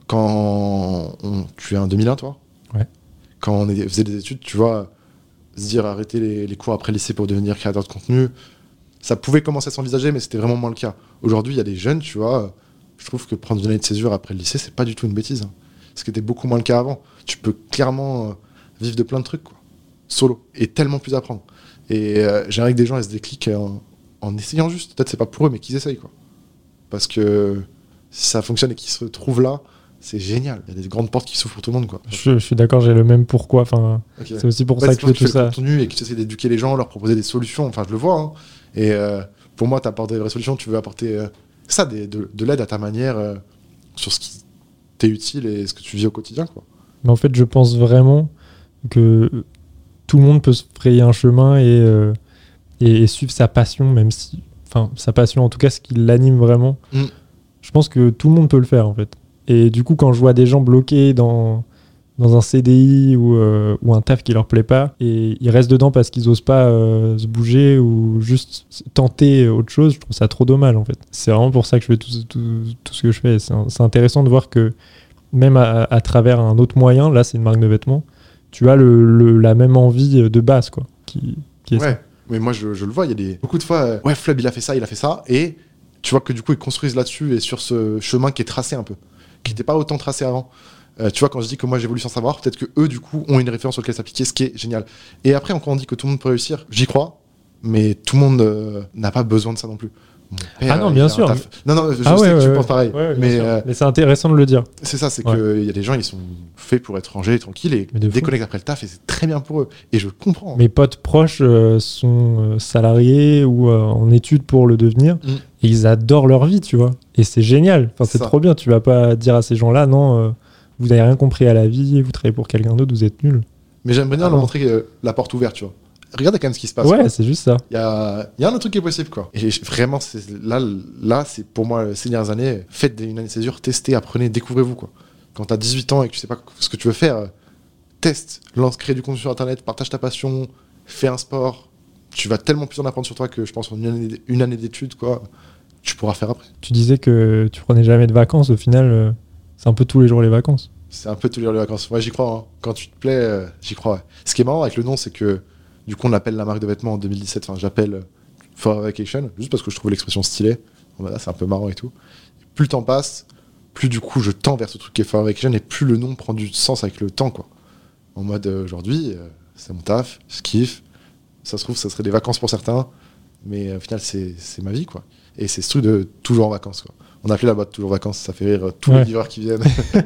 quand on, tu es en deux mille un, toi. Ouais. Quand on est- faisait des études, tu vois, se dire arrêter les, les cours après le lycée pour devenir créateur de contenu, ça pouvait commencer à s'envisager, mais c'était vraiment moins le cas. Aujourd'hui, il y a des jeunes, tu vois, je trouve que prendre une année de césure après le lycée, c'est pas du tout une bêtise. Hein. Ce qui était beaucoup moins le cas avant. Tu peux clairement euh, vivre de plein de trucs, quoi. Solo. Et tellement plus apprendre. Et euh, j'aimerais que des gens aient ce déclic en, en essayant juste. Peut-être c'est pas pour eux, mais qu'ils essayent, quoi. Parce que si ça fonctionne et qu'ils se retrouvent là, c'est génial. Il y a des grandes portes qui s'ouvrent pour tout le monde, quoi. Je, je suis d'accord, j'ai le même pourquoi. Enfin, Okay. c'est aussi pour Ouais, ça c'est que je fais tout tu fais le ça. contenu et que tu essaies d'éduquer les gens, leur proposer des solutions. Enfin, je le vois. Hein. Et euh, pour moi, tu apportes des vraies solutions. Tu veux apporter euh, ça, des, de, de l'aide à ta manière euh, sur ce qui t'est utile et ce que tu vis au quotidien, quoi. Mais en fait, je pense vraiment que tout le monde peut se frayer un chemin et, euh, et, et suivre sa passion, même si... Enfin, sa passion, en tout cas, ce qui l'anime vraiment. Mm. Je pense que tout le monde peut le faire, en fait. Et du coup, quand je vois des gens bloqués dans, dans un C D I ou, euh, ou un taf qui leur plaît pas, et ils restent dedans parce qu'ils osent pas euh, se bouger ou juste tenter autre chose, je trouve ça trop dommage, en fait. C'est vraiment pour ça que je fais tout, tout, tout ce que je fais. C'est, un- c'est intéressant de voir que même à, à travers un autre moyen, là, c'est une marque de vêtements, tu as le, le- la même envie de base, quoi, qui, qui est ça. Ouais, mais moi, je, je le vois. Il y a des... beaucoup de fois, euh, ouais, Flub, il a fait ça, il a fait ça. Et tu vois que du coup, ils construisent là-dessus et sur ce chemin qui est tracé un peu, qui n'était pas autant tracé avant. Euh, tu vois, quand je dis que moi j'évolue sans savoir, peut-être que eux, du coup, ont une référence sur laquelle s'appliquer, ce qui est génial. Et après, quand on dit que tout le monde peut réussir, j'y crois, mais tout le monde euh, n'a pas besoin de ça non plus. Mon père, Ah non, il bien a un sûr. taf. Non, non, je Ah sais ouais, que ouais, tu ouais. penses pareil. Ouais, ouais, bien mais sûr. euh, Mais c'est intéressant de le dire. c'est ça, c'est Ouais. qu'il y a des gens, ils sont faits pour être rangés, tranquilles, et Mais de fou. déconnectent après le taf, et c'est très bien pour eux. Et je comprends. Mes potes proches euh, sont euh, salariés ou euh, en études pour le devenir Mm. et ils adorent leur vie, tu vois. Et c'est génial. Enfin, c'est Ça. trop bien. Tu vas pas dire à ces gens-là, non, euh, vous n'avez rien compris à la vie, vous travaillez pour quelqu'un d'autre, vous êtes nuls. Mais j'aime bien Ah leur non. montrer euh, la porte ouverte, tu vois. Regarde quand même ce qui se passe. Ouais, quoi. c'est juste ça. Il y a, il y a un autre truc qui est possible, quoi. Et j'ai- vraiment, c'est, là, là, c'est pour moi, ces dernières années, faites des- une année de césure, testez, apprenez, découvrez-vous, quoi. Quand t'as dix-huit ans et que tu sais pas ce que tu veux faire, euh, teste, lance, crée du contenu sur Internet, partage ta passion, fais un sport. Tu vas tellement plus en apprendre sur toi que je pense en une année, une année d'études, quoi, tu pourras faire après. Tu disais que tu prenais jamais de vacances. Au final, euh, c'est un peu tous les jours les vacances. C'est un peu tous les jours les vacances. Moi, j'y crois. Hein. Quand tu te plais, euh, j'y crois. Ouais. Ce qui est marrant avec le nom, c'est que du coup, on l'appelle la marque de vêtements en deux mille dix-sept. Enfin, j'appelle euh, Forever Vacation, juste parce que je trouve l'expression stylée. Bon, bah, là, c'est un peu marrant et tout. Plus le temps passe, plus du coup, je tends vers ce truc qui est Forever Vacation et plus le nom prend du sens avec le temps, quoi. En mode, euh, aujourd'hui, euh, c'est mon taf, je kiffe. Ça se trouve, ça serait des vacances pour certains, mais euh, au final, c'est, c'est ma vie, quoi. Et c'est ce truc de toujours en vacances, quoi. On a appelé la boîte toujours vacances, ça fait rire euh, tous Ouais. les livreurs qui viennent.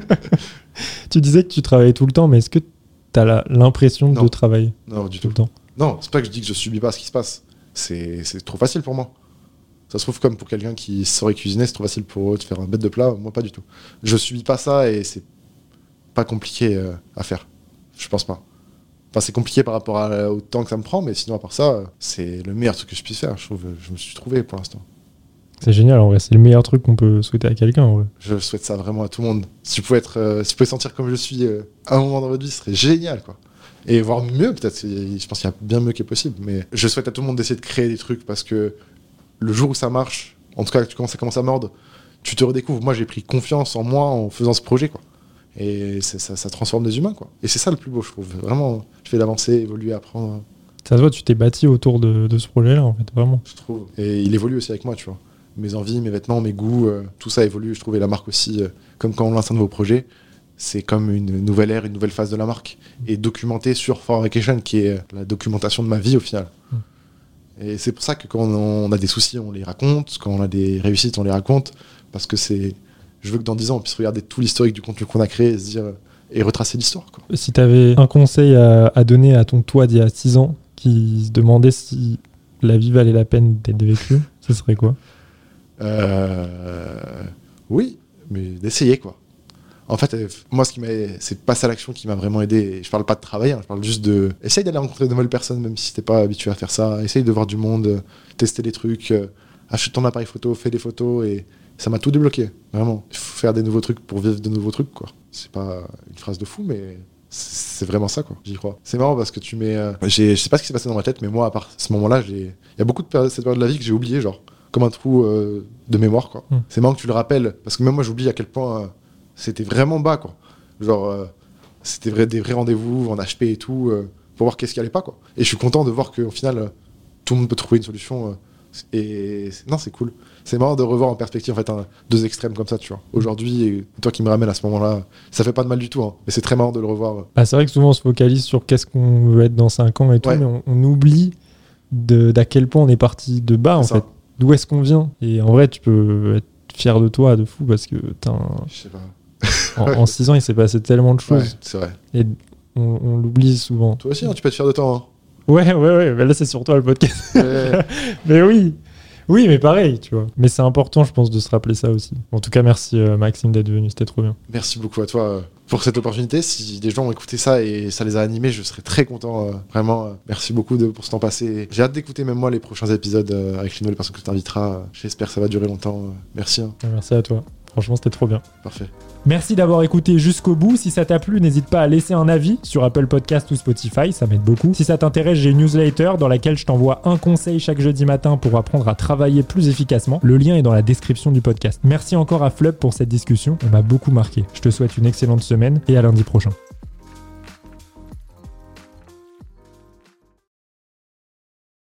Tu disais que tu travaillais tout le temps, mais est-ce que tu as l'impression Non. de travailler Non, du tout tout. le temps? Non, c'est pas que je dis que je subis pas ce qui se passe. C'est, c'est trop facile pour moi. Ça se trouve comme pour quelqu'un qui saurait cuisiner, c'est trop facile pour eux de faire un bête de plat. Moi, pas du tout. Je subis pas ça et c'est pas compliqué euh, à faire. Je pense pas. Enfin, c'est compliqué par rapport à- au temps que ça me prend, mais sinon, à part ça, euh, c'est le meilleur truc que je puisse faire. Je trouve, je me suis trouvé pour l'instant. C'est génial, en vrai. C'est le meilleur truc qu'on peut souhaiter à quelqu'un, en vrai. Je souhaite ça vraiment à tout le monde. Si tu pouvais être, euh, si tu pouvais sentir comme je suis euh, à un moment dans votre vie, ce serait génial, quoi. Et voire mieux, peut-être. Je pense qu'il y a bien mieux qui est possible. Mais je souhaite à tout le monde d'essayer de créer des trucs parce que le jour où ça marche, en tout cas, tu commences, ça commence à mordre, tu te redécouvres. Moi, j'ai pris confiance en moi en faisant ce projet, quoi. Et c'est- ça, ça transforme des humains, quoi. Et c'est ça le plus beau, je trouve. Vraiment, je fais d'avancer, évoluer, apprendre, Ça se voit, tu t'es bâti autour de, de ce projet-là, en fait, vraiment. je trouve. Et il évolue aussi avec moi, tu vois. Mes envies, mes vêtements, mes goûts, euh, tout ça évolue. Je trouve. Et la marque aussi, euh, comme quand on lance un nouveau projet, c'est comme une nouvelle ère, une nouvelle phase de la marque. Et documenté sur For Vacation, qui est la documentation de ma vie au final. Mm. Et c'est pour ça que quand on a des soucis, on les raconte. Quand on a des réussites, on les raconte. Parce que c'est. Je veux que dans dix ans, on puisse regarder tout l'historique du contenu qu'on a créé et se dire. Et retracer l'histoire, quoi. Si tu avais un conseil à, à donner à ton toi d'il y a six ans qui se demandait si la vie valait la peine d'être vécue, ce serait quoi? Euh, oui, mais d'essayer, quoi. En fait, euh, moi, ce qui m'a, c'est de passer à l'action qui m'a vraiment aidé. Et je parle pas de travailler, hein, je parle juste de. Essaye d'aller rencontrer de nouvelles personnes, même si t'es pas habitué à faire ça. Essaye de voir du monde, euh, tester des trucs, euh, achète ton appareil photo, fais des photos, et ça m'a tout débloqué, vraiment. Il faut faire des nouveaux trucs pour vivre de nouveaux trucs, quoi. C'est pas une phrase de fou, mais c'est vraiment ça, quoi. J'y crois. C'est marrant parce que tu mets. euh, j'ai, je sais pas ce qui s'est passé dans ma tête, mais moi, à part ce moment-là, j'ai. Il y a beaucoup de périodes, cette période de la vie que j'ai oublié, genre, comme un trou euh, de mémoire, quoi. Mm. C'est marrant que tu le rappelles, parce que même moi, j'oublie à quel point. euh, c'était vraiment bas, quoi. Genre, euh, c'était vrai, des vrais rendez-vous en H P et tout, euh, pour voir qu'est-ce qui allait pas, quoi. Et je suis content de voir qu'au final, euh, tout le monde peut trouver une solution. Euh, et non, c'est cool. C'est marrant de revoir en perspective en fait un, deux extrêmes comme ça, tu vois. Aujourd'hui, et toi qui me ramènes à ce moment-là, ça fait pas de mal du tout, hein, mais c'est très marrant de le revoir. Bah, c'est vrai que souvent on se focalise sur qu'est-ce qu'on veut être dans cinq ans et tout, Ouais. mais on, on oublie de, d'à quel point on est parti de bas en C'est fait. ça. D'où est-ce qu'on vient? Et en vrai, tu peux être fier de toi de fou parce que t'as un- Je sais pas. en, en six ans, il s'est passé tellement de Ouais, choses c'est vrai. et on, on l'oublie souvent. Toi aussi, hein, tu peux être fier de toi. Hein. Ouais, ouais, ouais, mais là c'est sur toi le podcast. Ouais. Mais oui, oui, mais pareil, tu vois. Mais c'est important, je pense, de se rappeler ça aussi. En tout cas, merci euh, Maxime d'être venu, c'était trop bien. Merci beaucoup à toi euh, pour cette opportunité. Si des gens ont écouté ça et ça les a animés, je serais très content. euh, vraiment, euh, merci beaucoup de, pour ce temps passé. J'ai hâte d'écouter même moi les prochains épisodes euh, avec les nouvelles personnes que tu inviteras. J'espère que ça va durer longtemps. euh. Merci. Hein. Merci à toi. Franchement, c'était trop bien. Parfait. Merci d'avoir écouté jusqu'au bout. Si ça t'a plu, n'hésite pas à laisser un avis sur Apple Podcast ou Spotify, ça m'aide beaucoup. Si ça t'intéresse, j'ai une newsletter dans laquelle je t'envoie un conseil chaque jeudi matin pour apprendre à travailler plus efficacement. Le lien est dans la description du podcast. Merci encore à Flub pour cette discussion, on m'a beaucoup marqué. Je te souhaite une excellente semaine et à lundi prochain.